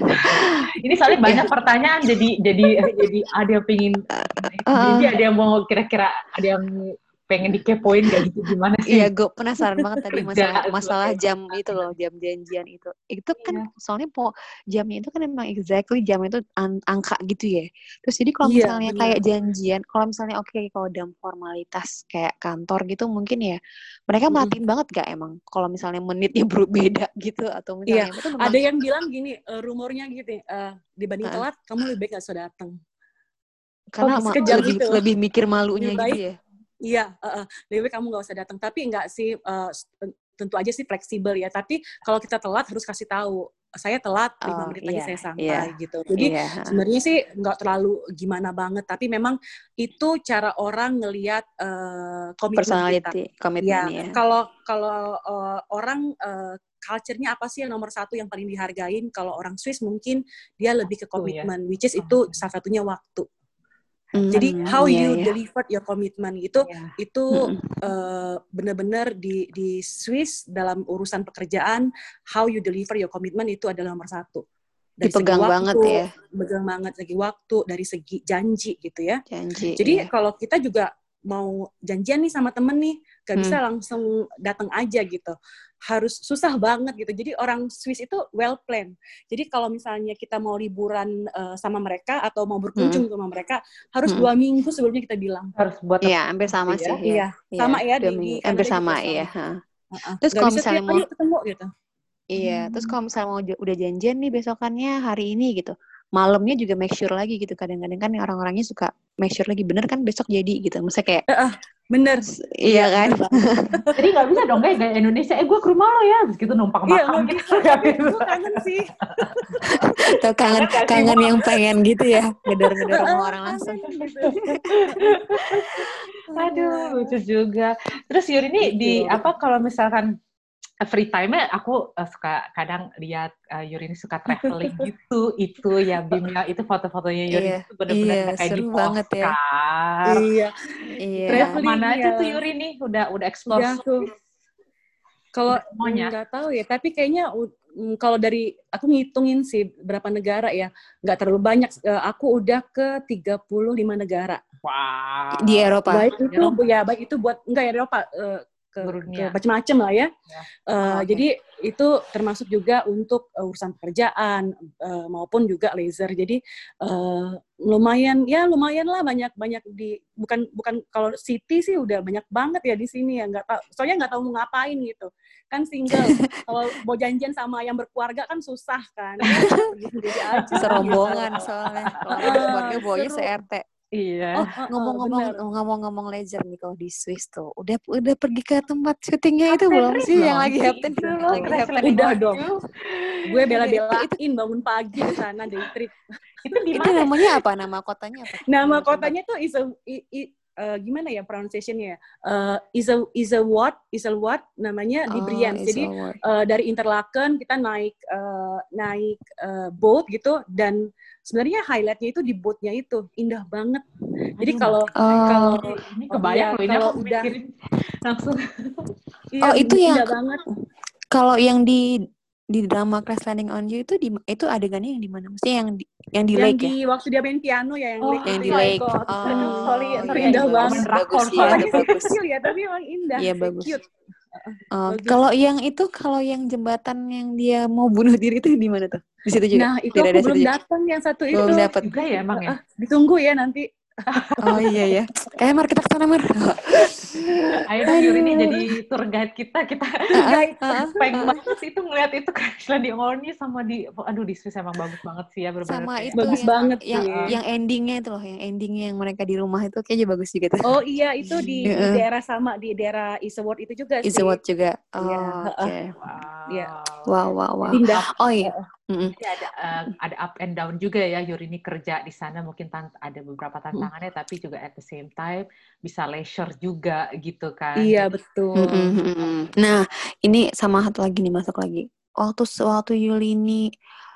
Speaker 2: Ini soalnya banyak pertanyaan, jadi jadi jadi ada yang pengen,
Speaker 3: uh,
Speaker 2: jadi ada yang mau kira-kira ada yang pengen dikepoin gak gitu, gimana sih
Speaker 3: iya, gue penasaran banget tadi masalah
Speaker 2: kerjaan
Speaker 3: masalah
Speaker 2: sebagai
Speaker 3: jam
Speaker 2: konsultan
Speaker 3: itu loh,
Speaker 2: finance?
Speaker 3: jam janjian itu. Itu kan
Speaker 2: Iya.
Speaker 3: soalnya po jamnya itu kan emang exactly jam itu an- angka gitu ya. Terus jadi kalau
Speaker 4: Iya,
Speaker 3: misalnya
Speaker 4: benar.
Speaker 3: kayak janjian, kalau misalnya oke kalau dalam formalitas kayak kantor gitu mungkin ya mereka
Speaker 4: Mm-mm.
Speaker 3: merhatiin banget gak emang kalau misalnya menitnya berbeda gitu atau
Speaker 4: Iya,
Speaker 3: misalnya itu memang
Speaker 4: ada yang bilang gini, uh, rumornya gitu, uh, dibanding
Speaker 3: uh,
Speaker 4: telat, kamu lebih baik gak usah datang.
Speaker 3: karena
Speaker 2: Oh,
Speaker 3: ma-
Speaker 4: Sekejam
Speaker 3: lebih
Speaker 4: itu.
Speaker 3: lebih mikir malunya
Speaker 4: Lebih
Speaker 3: gitu
Speaker 4: baik,
Speaker 3: ya.
Speaker 4: iya, uh, uh, lebih baik kamu gak usah datang. Tapi nggak sih, uh, tentu aja sih fleksibel ya. Tapi kalau kita telat harus kasih tahu, saya telat lima
Speaker 3: Oh
Speaker 4: menit lagi
Speaker 3: iya,
Speaker 4: saya
Speaker 3: iya,
Speaker 4: sampai gitu. Jadi
Speaker 3: iya.
Speaker 4: sebenarnya sih nggak terlalu gimana banget. Tapi memang itu cara orang ngelihat uh, komitmen kita.
Speaker 3: Personality, komitmen
Speaker 4: Ya,
Speaker 3: ya.
Speaker 4: kalau kalau uh, orang uh, culture-nya apa sih yang nomor satu yang paling dihargain? Kalau orang Swiss mungkin dia lebih ke
Speaker 2: Waktu ya.
Speaker 4: komitmen, which is itu salah satunya waktu.
Speaker 3: Hmm,
Speaker 4: Jadi how
Speaker 3: iya,
Speaker 4: you
Speaker 3: iya.
Speaker 4: delivered your commitment itu
Speaker 2: Iya.
Speaker 4: itu
Speaker 3: Mm-mm.
Speaker 4: uh, benar-benar di di Swiss dalam urusan pekerjaan how you deliver your commitment itu adalah nomor satu. Dari
Speaker 3: Dipegang
Speaker 4: segi
Speaker 3: banget
Speaker 4: waktu,
Speaker 3: ya,
Speaker 4: pegang banget segi waktu, dari segi janji gitu ya.
Speaker 3: janji.
Speaker 4: Jadi
Speaker 3: Iya.
Speaker 4: kalau kita juga mau janjian nih sama temen nih, gak
Speaker 3: Hmm.
Speaker 4: bisa langsung datang aja gitu. Harus susah banget gitu. Jadi orang Swiss itu well planned. Jadi kalau misalnya kita mau liburan uh, sama mereka atau mau berkunjung
Speaker 3: Hmm.
Speaker 4: sama mereka, harus
Speaker 3: Hmm.
Speaker 4: dua minggu sebelumnya kita bilang.
Speaker 2: Harus buat
Speaker 3: Iya, hampir sama
Speaker 2: gitu ya.
Speaker 3: sih.
Speaker 4: Iya,
Speaker 3: Iya,
Speaker 4: sama ya
Speaker 3: dua
Speaker 4: di, di
Speaker 3: minggu.
Speaker 4: Kanada
Speaker 3: Hampir
Speaker 4: juga
Speaker 3: sama,
Speaker 4: sama.
Speaker 3: iya. ha.
Speaker 4: Uh-uh.
Speaker 3: Terus
Speaker 4: Gak
Speaker 3: kalau
Speaker 4: bisa
Speaker 3: misalnya
Speaker 4: tiap
Speaker 3: mau,
Speaker 4: ayo ketemu gitu.
Speaker 3: iya, terus kalau misalnya mau j- udah janjian nih besokannya hari ini gitu, malamnya juga make sure lagi gitu. Kadang-kadang kan orang-orangnya suka make sure lagi, bener kan besok jadi gitu. Maksudnya kayak,
Speaker 4: Uh-uh. Bener.
Speaker 3: s- iya kan?
Speaker 4: Bener banget.
Speaker 2: Jadi nggak bisa dong kayak gaya Indonesia, eh gue ke rumah lo ya, terus gitu numpang
Speaker 4: Iya
Speaker 2: makan
Speaker 4: nggak
Speaker 2: gitu.
Speaker 4: bisa, tapi gue kangen sih.
Speaker 3: Atau kangen,
Speaker 2: Kangen gak sih,
Speaker 3: kangen
Speaker 2: Bu?
Speaker 3: yang pengen gitu ya, ngedor-ngedor sama
Speaker 4: Uh-uh,
Speaker 3: orang langsung.
Speaker 4: kangen gitu.
Speaker 2: Aduh, lucu juga. Terus Yuri ini di
Speaker 4: Lucu.
Speaker 2: apa kalau misalkan free time-nya aku uh, suka kadang lihat uh, Yuri ini suka traveling gitu, itu ya Bim ya, itu foto-fotonya Yuri
Speaker 3: Iya,
Speaker 2: itu benar-benar
Speaker 3: iya,
Speaker 2: udah kayak di
Speaker 3: seru banget ya.
Speaker 2: postcard.
Speaker 4: Iya.
Speaker 3: Iya.
Speaker 2: Udah
Speaker 4: Traveling
Speaker 2: kemana aja
Speaker 4: ya.
Speaker 2: tuh Yuri nih? Udah udah explore
Speaker 4: Udah tuh. Kalau
Speaker 2: udah semuanya.
Speaker 4: nggak tahu ya, tapi kayaknya mm, kalau dari aku ngitungin sih berapa negara ya, nggak terlalu banyak. Eh, Aku udah ke tiga puluh lima negara.
Speaker 2: Wow.
Speaker 3: Di Eropa.
Speaker 4: Baik itu
Speaker 2: Eropa.
Speaker 4: ya, baik itu buat enggak ya Eropa eh, ke,
Speaker 2: Seluruh
Speaker 4: ke
Speaker 2: dunia.
Speaker 4: macam-macam lah ya.
Speaker 2: Ya.
Speaker 4: Eh,
Speaker 3: Oh, oke.
Speaker 4: Jadi itu termasuk juga untuk eh, urusan pekerjaan eh, maupun juga laser. Jadi eh, lumayan ya lumayan lah banyak banyak di bukan bukan kalau city sih udah banyak banget ya di sini ya nggak tahu soalnya nggak tahu mau ngapain gitu kan single kalau mau janjian sama yang berkeluarga kan susah kan ya pergi sendiri aja
Speaker 3: Serombongan
Speaker 4: gitu.
Speaker 3: soalnya. Kalau
Speaker 4: Ah,
Speaker 3: ada keluarga bawanya
Speaker 4: seru.
Speaker 3: se-R T.
Speaker 2: Iya.
Speaker 4: Oh, ah, ah,
Speaker 3: Ngomong-ngomong
Speaker 4: bener.
Speaker 3: ngomong-ngomong laser nih kalau di Swiss tuh. Udah udah pergi ke tempat syutingnya itu
Speaker 2: Happening
Speaker 3: belum sih
Speaker 2: belum
Speaker 3: yang lagi
Speaker 2: sih?
Speaker 3: happening?
Speaker 2: Itu
Speaker 3: Yang
Speaker 2: loh,
Speaker 3: lagi
Speaker 2: crash
Speaker 3: happening.
Speaker 2: landing
Speaker 4: Udah
Speaker 2: on
Speaker 4: dong.
Speaker 2: you.
Speaker 4: Gue
Speaker 3: Itu,
Speaker 4: bela-belain bangun pagi ke sana day trip.
Speaker 2: Itu di
Speaker 3: itu
Speaker 2: mana?
Speaker 3: namanya apa? Nama kotanya apa?
Speaker 4: Nama
Speaker 3: tempat.
Speaker 4: kotanya tuh is a i, i, uh, gimana ya pronunciation-nya? Uh, is a is a what? Is a what namanya di
Speaker 3: Oh,
Speaker 4: Brienz.
Speaker 3: is
Speaker 4: Jadi
Speaker 3: a word.
Speaker 4: uh, dari Interlaken kita naik uh, naik uh, boat gitu dan sebenarnya highlight-nya itu di boat-nya itu indah banget. Jadi
Speaker 2: Aduh,
Speaker 4: kalau
Speaker 3: Oh.
Speaker 4: kalau
Speaker 2: ini kebayang
Speaker 4: iya,
Speaker 2: loh, ini
Speaker 4: kalau
Speaker 2: aku
Speaker 4: udah
Speaker 2: mikirin langsung.
Speaker 4: iya,
Speaker 3: Oh, itu
Speaker 4: indah
Speaker 3: yang
Speaker 4: banget.
Speaker 3: kalau yang di di drama Crash Landing on You itu di itu adegannya yang di mana? Maksudnya yang di yang di
Speaker 4: Yang
Speaker 3: lake
Speaker 4: di
Speaker 3: ya?
Speaker 4: waktu dia main piano ya yang
Speaker 2: Oh,
Speaker 4: lake
Speaker 3: Yang
Speaker 4: itu
Speaker 3: di
Speaker 4: ya.
Speaker 3: lake.
Speaker 4: God.
Speaker 2: Aduh,
Speaker 3: Oh,
Speaker 2: sorry,
Speaker 4: Itu
Speaker 2: sorry,
Speaker 3: iya
Speaker 4: indah
Speaker 2: ini
Speaker 4: banget.
Speaker 3: bagus,
Speaker 2: drakor
Speaker 3: bagus, iya
Speaker 2: soalnya.
Speaker 3: itu
Speaker 4: Orangnya sih
Speaker 3: bagus.
Speaker 4: kecil ya, tapi emang indah,
Speaker 3: Iya
Speaker 4: sih,
Speaker 3: bagus.
Speaker 4: cute.
Speaker 3: Oh,
Speaker 4: bagus.
Speaker 3: kalau yang itu, kalau yang jembatan yang dia mau bunuh diri itu di mana tuh? Di situ juga?
Speaker 4: Nah, itu
Speaker 3: Tidak
Speaker 4: aku
Speaker 3: ada
Speaker 4: belum
Speaker 3: situ juga?
Speaker 4: datang yang satu itu.
Speaker 3: Belum dapat.
Speaker 2: Juga ya emang ya.
Speaker 4: Ah, ditunggu ya nanti.
Speaker 3: Oh iya ya. Kayak Mar, kita kesana Mar.
Speaker 2: Ayo dong Yuri ini
Speaker 3: Aduh.
Speaker 2: jadi tour guide kita. Kita
Speaker 4: Tour guide.
Speaker 3: Ah, ah,
Speaker 2: pengen
Speaker 3: ah.
Speaker 2: banget sih itu ngeliat itu Crash Landing on Me sama di, aduh di Swiss emang bagus banget sih ya bener-bener
Speaker 3: Sama
Speaker 2: kayak.
Speaker 3: itu
Speaker 4: Bagus
Speaker 3: yang
Speaker 4: banget
Speaker 3: yang
Speaker 4: sih.
Speaker 3: yang endingnya itu loh, yang endingnya yang mereka di rumah itu kayaknya bagus juga tuh.
Speaker 4: Oh iya, itu di, di
Speaker 3: Heeh.
Speaker 4: daerah sama, di daerah Isaward itu juga
Speaker 3: It's
Speaker 4: sih.
Speaker 3: a what juga.
Speaker 4: Iya,
Speaker 3: Oh,
Speaker 4: heeh.
Speaker 3: oke.
Speaker 2: Wow.
Speaker 4: Iya.
Speaker 3: Wow, wow, wow.
Speaker 4: Jadi nggak,
Speaker 3: Oh iya.
Speaker 4: heeh.
Speaker 3: Mm-mm.
Speaker 2: Jadi ada eh, ada up and down juga ya Yuri ini kerja di sana mungkin tant- ada beberapa tantangannya tapi juga at the same time bisa leisure juga gitu kan.
Speaker 4: Iya
Speaker 2: Jadi,
Speaker 4: betul.
Speaker 3: Mm-mm, mm-mm. Nah, ini sama satu lagi nih, masuk lagi. Waktu waktu Yuli ini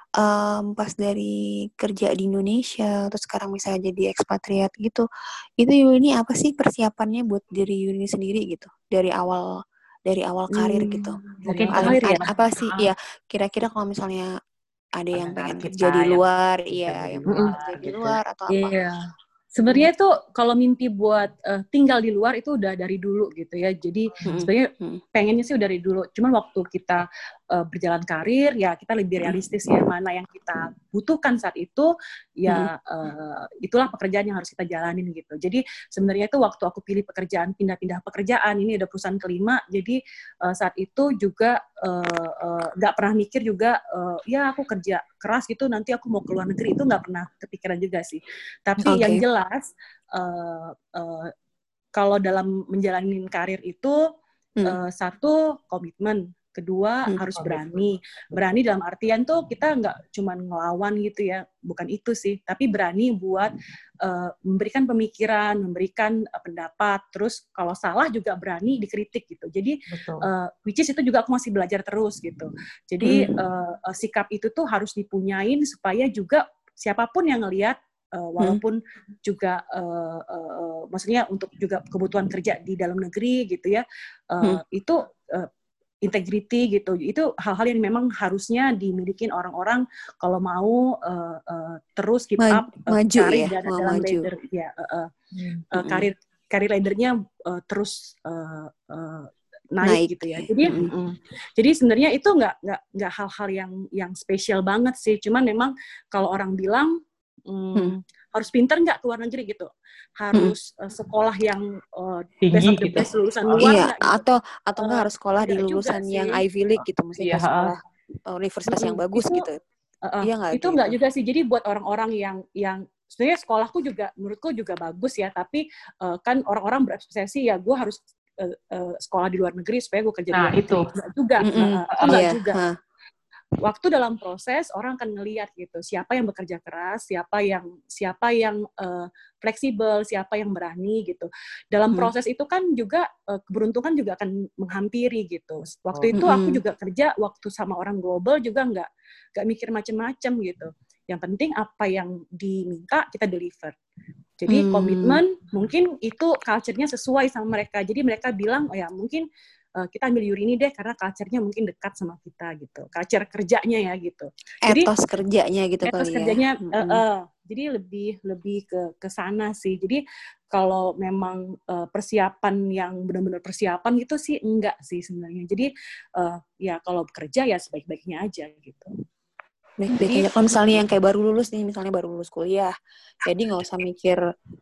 Speaker 3: em, pas dari kerja di Indonesia, terus sekarang misalnya jadi ekspatriat gitu, itu Yuli ini apa sih persiapannya buat diri Yuli sendiri gitu, dari awal dari awal karir gitu.
Speaker 4: Hmm,
Speaker 2: mungkin
Speaker 4: dari
Speaker 3: Ada,
Speaker 4: awal ya.
Speaker 3: ada apa sih?
Speaker 2: Ah,
Speaker 3: Ya, kira-kira kalau misalnya ada yang
Speaker 2: pendengar
Speaker 3: pengen
Speaker 2: kita
Speaker 3: kerja di
Speaker 2: yang
Speaker 3: luar,
Speaker 2: bisa
Speaker 3: iya,
Speaker 2: kerja
Speaker 3: yang
Speaker 2: di
Speaker 3: pengen
Speaker 2: luar
Speaker 3: kerja di
Speaker 2: gitu.
Speaker 3: luar atau apa?
Speaker 4: Iya. Sebenarnya itu kalau mimpi buat eh, tinggal di luar itu udah dari dulu gitu ya. Jadi
Speaker 3: Mm-mm.
Speaker 4: sebenarnya
Speaker 3: Mm-mm.
Speaker 4: pengennya sih dari dulu. Cuman waktu kita eh, berjalan karir ya kita lebih realistis ya mana yang kita butuhkan saat itu ya eh, itulah pekerjaan yang harus kita jalanin gitu. Jadi sebenarnya itu waktu aku pilih pekerjaan pindah-pindah pekerjaan ini udah perusahaan kelima. Jadi eh, saat itu juga eh, eh, nggak pernah mikir juga eh, ya aku kerja keras gitu nanti aku mau ke luar negeri itu nggak pernah kepikiran juga sih. Tapi
Speaker 3: Oke.
Speaker 4: yang jelas uh, uh, kalau dalam menjalani karir itu
Speaker 3: Hmm.
Speaker 4: uh, satu komitmen, kedua
Speaker 3: Hmm.
Speaker 4: harus
Speaker 2: Komitmen.
Speaker 4: berani. Berani dalam artian tuh kita nggak cuma ngelawan gitu ya, bukan itu sih, tapi berani buat uh, memberikan pemikiran, memberikan uh, pendapat. Terus kalau salah juga berani dikritik gitu. Jadi
Speaker 2: Betul.
Speaker 4: uh, which is itu juga aku masih belajar terus gitu. Jadi uh, uh, sikap itu tuh harus dipunyain supaya juga siapapun yang ngelihat Uh, walaupun hmm. juga uh, uh, maksudnya untuk juga kebutuhan kerja di dalam negeri gitu ya uh, hmm. itu uh, integrity gitu itu hal-hal yang memang harusnya dimiliki orang-orang kalau mau uh, uh, terus keep
Speaker 3: Ma-
Speaker 4: up uh,
Speaker 3: maju
Speaker 4: karir
Speaker 3: ya,
Speaker 4: dalam,
Speaker 3: mau
Speaker 4: dalam
Speaker 3: maju.
Speaker 4: leader ya uh, uh,
Speaker 3: hmm.
Speaker 4: uh, karir karir leadernya uh, terus uh, uh, naik, naik gitu ya. Jadi
Speaker 3: mm-hmm.
Speaker 4: mm, jadi sebenarnya itu nggak nggak nggak hal-hal yang yang spesial banget sih. Cuman memang kalau orang bilang mm, hmm. harus pintar nggak ke luar negeri gitu, harus hmm. uh, sekolah yang uh, best of the
Speaker 2: gitu.
Speaker 4: best lulusan
Speaker 3: oh,
Speaker 4: luar
Speaker 3: iya.
Speaker 4: nggak gitu.
Speaker 3: Atau atau nggak
Speaker 4: uh,
Speaker 3: harus sekolah di lulusan yang
Speaker 4: sih.
Speaker 3: Ivy League gitu, maksudnya
Speaker 2: iya,
Speaker 3: ke sekolah uh, universitas
Speaker 4: hmm,
Speaker 3: yang bagus
Speaker 4: itu,
Speaker 3: gitu.
Speaker 4: Uh, uh,
Speaker 3: iya nggak
Speaker 4: itu nggak juga sih. Jadi buat orang-orang yang yang sebenarnya sekolahku juga menurutku juga bagus ya, tapi uh, kan orang-orang berekspektasi ya gue harus uh, uh, sekolah di luar negeri supaya gue kerja
Speaker 2: nah,
Speaker 4: di luar
Speaker 2: itu.
Speaker 4: negeri. Nggak juga,
Speaker 3: mm-hmm.
Speaker 4: uh, itu nggak
Speaker 3: yeah.
Speaker 4: juga.
Speaker 3: Huh.
Speaker 4: Waktu dalam proses orang akan ngelihat gitu siapa yang bekerja keras, siapa yang siapa yang uh, fleksibel, siapa yang berani gitu. Dalam hmm. proses itu kan juga uh, keberuntungan juga akan menghampiri gitu. Waktu oh. itu aku juga kerja waktu sama orang global juga nggak nggak mikir macem-macem gitu. Yang penting apa yang diminta kita deliver. Jadi hmm. komitmen mungkin itu culture-nya sesuai sama mereka. Jadi mereka bilang oh ya mungkin Uh, kita ambil Yuri ini deh karena culture-nya mungkin dekat sama kita gitu, culture kerjanya ya gitu. Jadi
Speaker 3: etos kerjanya gitu
Speaker 4: etos
Speaker 3: kali
Speaker 4: kerjanya,
Speaker 3: ya.
Speaker 4: uh, uh, jadi lebih lebih ke ke sana sih. Jadi kalau memang uh, persiapan yang benar-benar persiapan gitu sih enggak sih sebenarnya. Jadi uh, ya kalau bekerja ya sebaik-baiknya aja gitu.
Speaker 3: Baik-baik aja. Kalau misalnya yang kayak baru lulus nih, misalnya baru lulus kuliah, jadi nggak usah mikir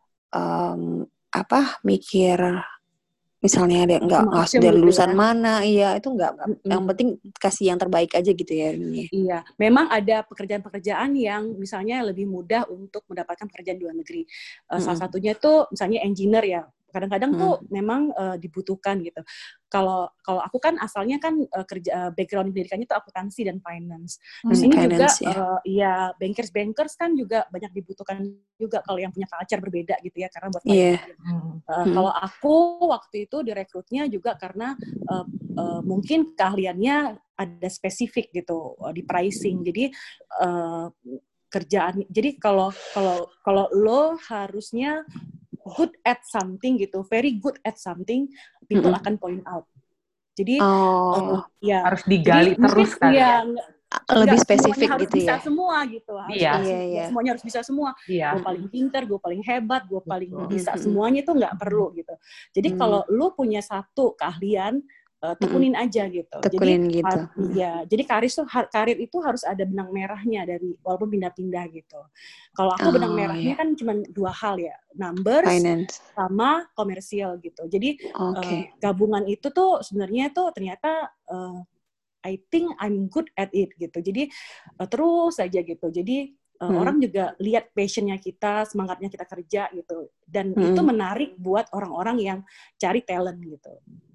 Speaker 3: um, apa, mikir misalnya ada nggak nggak dari
Speaker 4: gitu
Speaker 3: lulusan
Speaker 4: ya.
Speaker 3: mana, iya itu nggak, mm-hmm. yang penting kasih yang terbaik aja gitu ya ini.
Speaker 4: Iya, memang ada pekerjaan-pekerjaan yang misalnya lebih mudah untuk mendapatkan pekerjaan di luar negeri. Uh, mm-hmm. Salah satunya tuh misalnya engineer ya. Kadang-kadang hmm. tuh memang uh, dibutuhkan gitu. Kalau kalau aku kan asalnya kan uh, kerja uh, background pendidikannya itu akuntansi dan finance. Di sini hmm, juga ya, uh, ya bankers-bankers kan juga banyak dibutuhkan juga kalau yang punya culture berbeda gitu ya karena buat
Speaker 3: yeah.
Speaker 4: hmm. uh, hmm. Kalau aku waktu itu direkrutnya juga karena uh, uh, mungkin keahliannya ada spesifik gitu uh, di pricing. Jadi uh, kerjaan. Jadi kalau kalau kalau lo harusnya good at something gitu, very good at something, people mm-hmm. akan point out. Jadi
Speaker 3: oh.
Speaker 4: uh, ya
Speaker 2: harus digali
Speaker 4: jadi
Speaker 2: terus kan ya.
Speaker 3: Lebih spesifik
Speaker 4: harus
Speaker 3: gitu
Speaker 4: bisa
Speaker 3: ya.
Speaker 4: Semua gitu. Harus
Speaker 2: iya.
Speaker 4: bisa,
Speaker 3: iya, iya.
Speaker 4: Semuanya harus bisa semua.
Speaker 2: Iya.
Speaker 4: Gue paling pintar, gue paling hebat, gue paling
Speaker 2: mm-hmm.
Speaker 4: bisa semuanya itu nggak perlu gitu. Jadi mm-hmm. kalau lu punya satu keahlian uh, tekunin mm-hmm. aja gitu.
Speaker 3: Tekunin
Speaker 4: jadi
Speaker 3: gitu.
Speaker 4: Har- ya, jadi karir tuh karir itu harus ada benang merahnya dari walaupun pindah-pindah gitu. Kalau aku oh, benang merahnya yeah. kan cuma dua hal ya, numbers
Speaker 3: Finance.
Speaker 4: sama komersial gitu. Jadi
Speaker 3: okay.
Speaker 4: uh, gabungan itu tuh sebenarnya tuh ternyata uh, I think I'm good at it gitu. Jadi uh, terus saja gitu. Jadi uh, hmm. orang juga lihat passionnya kita, semangatnya kita kerja gitu. Dan hmm. itu menarik buat orang-orang yang cari talent gitu.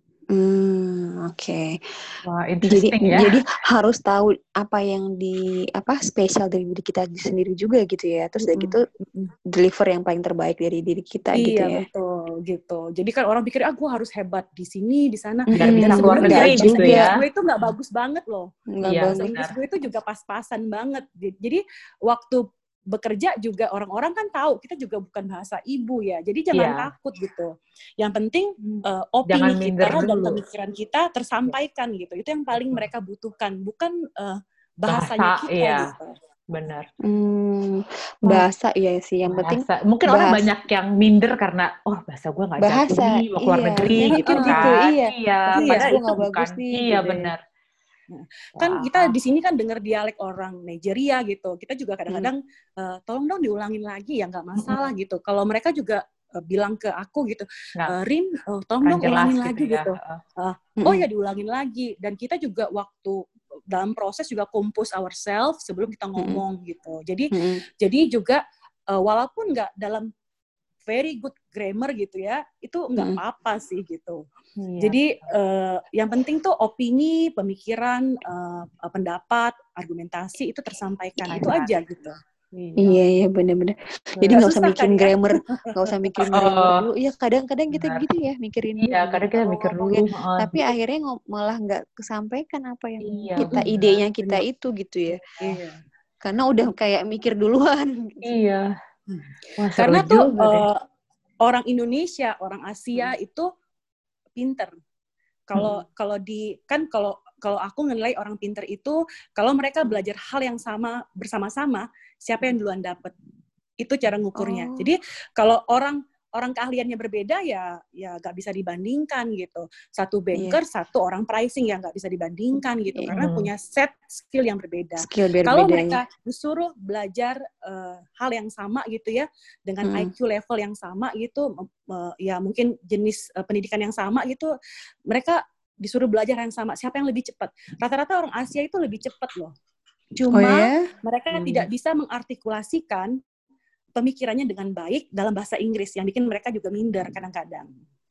Speaker 3: Hmm, oke. Okay.
Speaker 2: Wah, interesting
Speaker 3: jadi,
Speaker 2: ya.
Speaker 3: Jadi harus tahu apa yang di apa spesial dari diri kita sendiri juga gitu ya. Terus dari mm. gitu deliver yang paling terbaik dari diri kita
Speaker 4: iya,
Speaker 3: gitu ya.
Speaker 4: Iya betul gitu. Jadi kan orang pikir ah gue harus hebat di sini di sana.
Speaker 2: Biar hmm, bisa keluar negeri gitu ya.
Speaker 4: Gue itu nggak bagus banget loh.
Speaker 3: Iya,
Speaker 4: Inggris gue itu juga pas-pasan banget. Jadi waktu bekerja juga orang-orang kan tahu kita juga bukan bahasa ibu ya, jadi jangan yeah. takut gitu. Yang penting uh, opini kita dan pemikiran kita tersampaikan yeah. gitu. Itu yang paling mereka butuhkan, bukan uh, bahasanya
Speaker 2: bahasa,
Speaker 4: kita
Speaker 2: iya.
Speaker 4: gitu.
Speaker 2: Benar.
Speaker 3: Hmm, bahasa iya sih yang
Speaker 2: bahasa.
Speaker 3: penting.
Speaker 2: Mungkin
Speaker 3: bahasa.
Speaker 2: Orang banyak yang minder karena oh bahasa gue nggak jago nih, mau keluar
Speaker 3: iya.
Speaker 2: negeri
Speaker 3: ya,
Speaker 2: gitu kan.
Speaker 3: Gitu, iya.
Speaker 2: Iya. Padahal
Speaker 3: itu
Speaker 2: itu bukan.
Speaker 3: nih,
Speaker 2: Iya
Speaker 3: gitu.
Speaker 2: benar.
Speaker 4: Nah, kan kita di sini kan dengar dialek orang Nigeria gitu. Kita juga kadang-kadang hmm. uh, tolong dong diulangin lagi ya nggak masalah hmm. gitu. Kalau mereka juga uh, bilang ke aku gitu, uh, Rin, uh, tolong dong ulangin gitu lagi ya. gitu. Uh, hmm. Oh ya diulangin lagi. Dan kita juga waktu dalam proses juga compose ourselves sebelum kita ngomong hmm. gitu. Jadi hmm. jadi juga uh, walaupun nggak dalam very good grammar gitu ya, itu nggak hmm. apa-apa sih gitu. Iya. Jadi uh, yang penting tuh opini, pemikiran, uh, pendapat, argumentasi itu tersampaikan, iya. Itu aja gitu.
Speaker 3: Iya iya benar-benar. Jadi nggak usah mikirin kan, grammar, nggak usah mikirin oh. grammar dulu. Iya kadang-kadang kita benar. Gitu ya mikirin.
Speaker 2: Iya kadang kita mikir dulu.
Speaker 3: Oh, tapi gitu. Akhirnya malah nggak kesampaikan apa yang iya, kita benar. Idenya kita benar. Itu gitu ya.
Speaker 4: Iya.
Speaker 3: Karena udah kayak mikir duluan.
Speaker 2: Iya.
Speaker 4: Wah, karena tuh uh, orang Indonesia, orang Asia hmm. itu pinter. Kalau hmm. kalau di kan kalau kalau aku nilai orang pinter itu kalau mereka belajar hal yang sama bersama-sama, siapa yang duluan dapat. Itu cara ngukurnya. Oh. Jadi kalau orang orang keahliannya berbeda ya ya nggak bisa dibandingkan gitu. Satu banker, yeah. satu orang pricing yang nggak bisa dibandingkan gitu yeah. karena punya set skill yang berbeda.
Speaker 3: Skill berbeda.
Speaker 4: Kalau mereka disuruh belajar uh, hal yang sama gitu ya dengan hmm. I Q level yang sama gitu, uh, ya mungkin jenis uh, pendidikan yang sama gitu, mereka disuruh belajar yang sama. Siapa yang lebih cepat? Rata-rata orang Asia itu lebih cepat loh. Cuma oh, yeah? mereka hmm. tidak bisa mengartikulasikan pemikirannya dengan baik dalam bahasa Inggris yang bikin mereka juga minder kadang-kadang.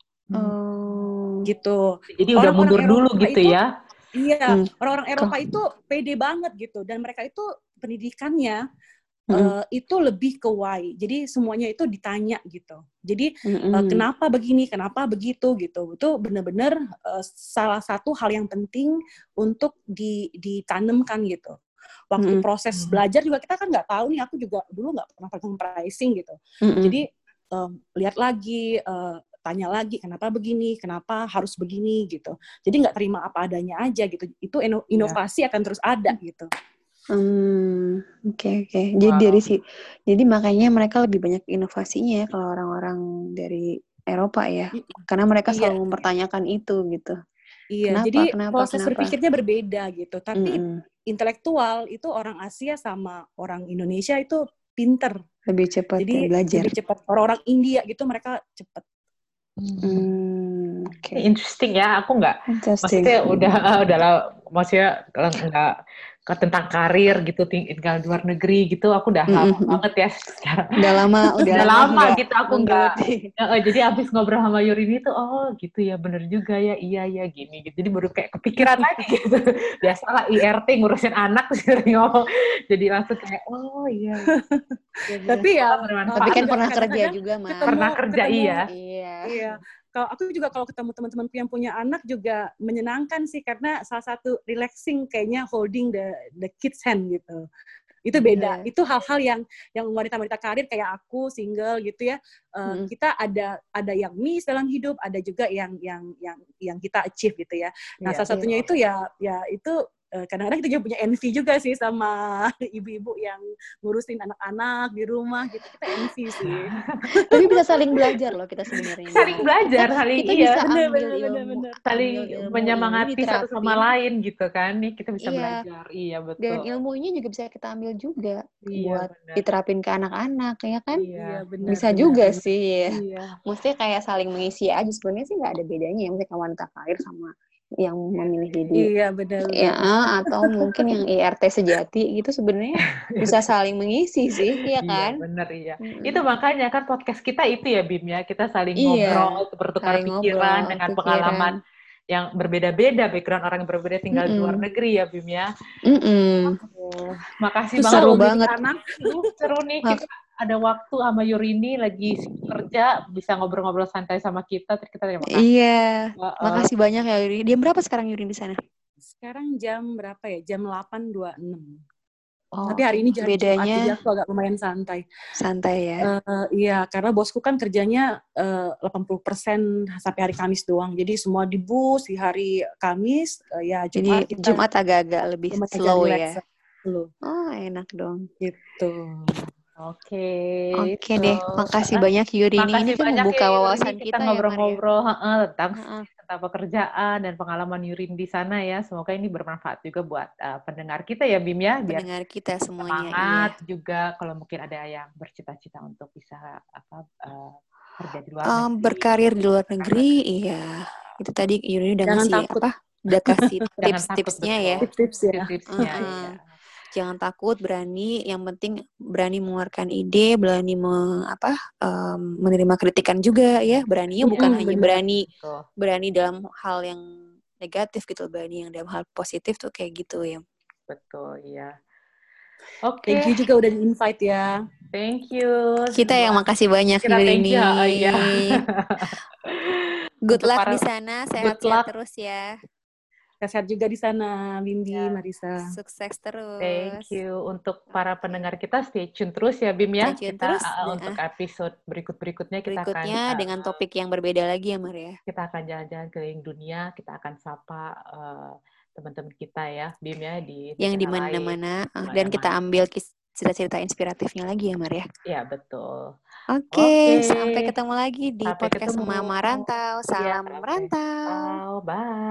Speaker 3: Hmm.
Speaker 4: Gitu.
Speaker 2: Jadi udah orang-orang mundur Eropa dulu gitu
Speaker 4: itu,
Speaker 2: ya.
Speaker 4: Iya, hmm. orang-orang Eropa itu pede banget gitu dan mereka itu pendidikannya hmm. uh, itu lebih ke why. Jadi semuanya itu ditanya gitu. Jadi hmm. uh, kenapa begini, kenapa begitu gitu. Itu benar-benar uh, salah satu hal yang penting untuk di, ditanamkan gitu. Waktu mm-hmm. proses belajar juga kita kan nggak tahu nih, aku juga dulu nggak pernah pegang pricing gitu. Mm-hmm. Jadi um, lihat lagi, uh, tanya lagi kenapa begini, kenapa harus begini gitu. Jadi nggak terima apa adanya aja gitu. Itu ino- inovasi yeah. akan terus ada gitu.
Speaker 3: Hmm, oke okay, oke. Okay. Jadi wow. dari si, jadi makanya mereka lebih banyak inovasinya ya kalau orang-orang dari Eropa ya, karena mereka selalu yeah. mempertanyakan itu gitu.
Speaker 4: Iya, kenapa, jadi
Speaker 3: kenapa,
Speaker 4: proses
Speaker 3: kenapa?
Speaker 4: berpikirnya berbeda gitu. Tapi
Speaker 3: Mm-mm.
Speaker 4: intelektual itu orang Asia sama orang Indonesia itu pinter.
Speaker 3: Lebih cepat
Speaker 4: jadi,
Speaker 3: ya, belajar.
Speaker 4: Lebih cepat. Orang-orang India gitu mereka cepat.
Speaker 3: Hmm, okay.
Speaker 2: Interesting ya, aku nggak, maksudnya udah uh, udah lah, maksudnya nggak tentang karir gitu, tinggal di luar negeri gitu, aku udah lama mm-hmm. banget ya sekarang.
Speaker 3: Udah lama, udah,
Speaker 2: udah
Speaker 3: lama,
Speaker 2: lama gitu, aku nggak. Uh, jadi abis ngobrol sama Yurini tuh, oh gitu ya, bener juga ya, iya ya gini gitu. Jadi baru kayak kepikiran lagi gitu. Biasalah I R T ngurusin anak sering ngomong, jadi langsung kayak oh iya.
Speaker 4: Ya, tapi ya,
Speaker 3: tapi kan pernah kerja juga mah.
Speaker 2: Pernah kerja
Speaker 4: ketemu,
Speaker 2: iya.
Speaker 3: Iya.
Speaker 4: Iya. Kalau aku juga kalau ketemu teman-temanku yang punya anak juga menyenangkan sih karena salah satu relaxing kayaknya holding the the kids hand gitu. Itu beda. Yeah. Itu hal-hal yang yang wanita-wanita karir kayak aku single gitu ya. Uh, mm. Kita ada ada yang miss dalam hidup, ada juga yang yang yang yang kita achieve gitu ya. Nah, yeah, salah satunya yeah. itu ya ya itu uh, kadang-kadang kita juga punya envy juga sih sama ibu-ibu yang ngurusin anak-anak di rumah gitu. Kita envy sih.
Speaker 3: Tapi bisa saling belajar loh kita sebenarnya.
Speaker 2: Saling belajar,
Speaker 3: kita,
Speaker 2: saling
Speaker 3: kita
Speaker 2: iya.
Speaker 3: bisa
Speaker 4: Bener,
Speaker 3: ambil
Speaker 4: bener,
Speaker 3: ilmu,
Speaker 4: bener, bener.
Speaker 2: Saling
Speaker 3: ambil ilmu
Speaker 2: menyemangati
Speaker 3: ini
Speaker 2: satu sama
Speaker 3: diterapin.
Speaker 2: lain gitu kan. Nih kita bisa
Speaker 3: Iya.
Speaker 2: belajar. Iya betul.
Speaker 3: Dan ilmunya juga bisa kita ambil juga
Speaker 2: Iya,
Speaker 3: buat
Speaker 2: benar.
Speaker 3: diterapin ke anak-anak, ya kan?
Speaker 2: Iya,
Speaker 4: benar.
Speaker 3: Bisa
Speaker 4: benar,
Speaker 3: juga
Speaker 4: benar.
Speaker 3: sih. Ya.
Speaker 2: Iya.
Speaker 3: Maksudnya kayak saling mengisi aja. Sebenarnya sih nggak ada bedanya ya. Maksudnya wanita karir sama yang memilih jadi
Speaker 4: Iya, benar.
Speaker 3: ya atau mungkin yang I R T sejati gitu sebenarnya bisa saling mengisi sih, ya kan?
Speaker 2: Iya, benar iya.
Speaker 3: Mm-mm.
Speaker 2: Itu makanya kan podcast kita itu ya Bim ya. Kita saling
Speaker 3: Iya,
Speaker 2: ngobrol, bertukar
Speaker 3: saling
Speaker 2: pikiran
Speaker 3: ngobrol,
Speaker 2: dengan
Speaker 3: pikiran.
Speaker 2: pengalaman yang berbeda-beda, background orang yang berbeda tinggal di luar
Speaker 3: Mm-mm.
Speaker 2: negeri ya Bim ya.
Speaker 3: Mm-mm.
Speaker 2: Oh, makasih
Speaker 4: Itu
Speaker 2: banget
Speaker 3: seru
Speaker 2: loh, Bim.
Speaker 3: banget.
Speaker 4: anak.
Speaker 2: Duh, seru nih kita ada waktu sama Yurini lagi sibuk kerja bisa ngobrol-ngobrol santai sama kita. Terus kita terima kasih.
Speaker 3: Iya,
Speaker 2: Uh,
Speaker 3: makasih banyak ya Yuri. Dia berapa sekarang Yuri di sana?
Speaker 4: Sekarang jam berapa ya? Jam delapan dua puluh enam.
Speaker 3: Oh,
Speaker 4: Tapi hari ini hari Jumat,
Speaker 3: bedanya
Speaker 4: jadi aku agak lumayan santai.
Speaker 3: santai ya.
Speaker 4: Uh, iya, karena bosku kan kerjanya uh, delapan puluh persen sampai hari Kamis doang. Jadi semua di bus di hari Kamis, uh, ya Jumat
Speaker 3: Jadi
Speaker 4: kita
Speaker 3: Jumat agak-agak lebih
Speaker 4: lumayan
Speaker 3: slow
Speaker 4: relax,
Speaker 3: ya.
Speaker 4: Slow.
Speaker 3: Oh, enak dong.
Speaker 4: Gitu.
Speaker 2: Oke.
Speaker 3: Oke
Speaker 2: so,
Speaker 3: deh, makasih
Speaker 2: uh,
Speaker 3: banyak Yuri.
Speaker 2: Makasih
Speaker 3: Ini kan
Speaker 2: banyak
Speaker 3: membuka
Speaker 2: ya, Yuri.
Speaker 3: wawasan
Speaker 2: Kita
Speaker 3: kita
Speaker 2: ngobrol-ngobrol ya, uh, tentang
Speaker 3: uh-uh.
Speaker 2: tentang pekerjaan dan pengalaman Yurin di sana ya. Semoga ini bermanfaat juga buat uh, pendengar kita ya Bim ya. Biar
Speaker 3: Pendengar kita semuanya.
Speaker 2: semangat
Speaker 3: Iya.
Speaker 2: juga kalau mungkin ada yang bercita-cita untuk bisa apa uh, kerja di luar
Speaker 3: Um,
Speaker 2: negeri.
Speaker 3: berkarir di luar negeri, iya. Itu tadi Yuri udah
Speaker 4: Jangan
Speaker 3: ngasih
Speaker 4: takut.
Speaker 3: apa? Udah kasih
Speaker 2: Jangan
Speaker 3: tips-tipsnya
Speaker 2: takut,
Speaker 3: ya.
Speaker 4: Tips-tips ya.
Speaker 2: Tips-tipsnya
Speaker 3: Uh-uh.
Speaker 2: ya.
Speaker 3: Jangan takut, berani. Yang penting berani mengeluarkan ide, berani me, apa, um, menerima kritikan juga ya. Beraninya bukan
Speaker 4: Mm-mm,
Speaker 3: hanya
Speaker 4: benar.
Speaker 3: berani
Speaker 2: Betul.
Speaker 3: berani dalam hal yang negatif gitu, berani yang dalam hal positif tuh kayak gitu ya.
Speaker 2: Betul, iya. Oke.
Speaker 4: Thank you juga udah di-invite ya.
Speaker 2: Thank you.
Speaker 3: Kita yang makasih banyak
Speaker 2: Kita
Speaker 3: Yuri
Speaker 2: thank you.
Speaker 3: ini.
Speaker 2: Uh, ya.
Speaker 3: Good
Speaker 2: Untuk
Speaker 3: luck
Speaker 2: para,
Speaker 3: di sana, sehat-sehat terus ya.
Speaker 4: Sehat juga di sana, Bimbi,
Speaker 2: ya.
Speaker 4: Marisa.
Speaker 3: Sukses terus.
Speaker 2: Thank you. Untuk para pendengar kita, stay tune terus ya Bim ya.
Speaker 3: Stay tune
Speaker 2: kita
Speaker 3: terus.
Speaker 2: uh, untuk episode berikut-berikutnya kita
Speaker 3: Berikutnya
Speaker 2: akan uh,
Speaker 3: dengan topik yang berbeda lagi ya Mar ya.
Speaker 2: Kita akan jalan-jalan keliling dunia, kita akan sapa uh, teman-teman kita ya Bim ya di
Speaker 3: yang di
Speaker 2: negara
Speaker 3: mana-mana
Speaker 2: lain,
Speaker 3: dan kita
Speaker 2: mana-mana.
Speaker 3: ambil cerita-cerita inspiratifnya lagi ya Mar ya.
Speaker 2: Iya betul.
Speaker 3: Oke,
Speaker 2: Okay.
Speaker 3: sampai ketemu lagi di
Speaker 2: sampai
Speaker 3: podcast
Speaker 2: ketemu.
Speaker 3: Mama Rantau. Salam
Speaker 2: ya,
Speaker 3: merantau.
Speaker 2: Bye.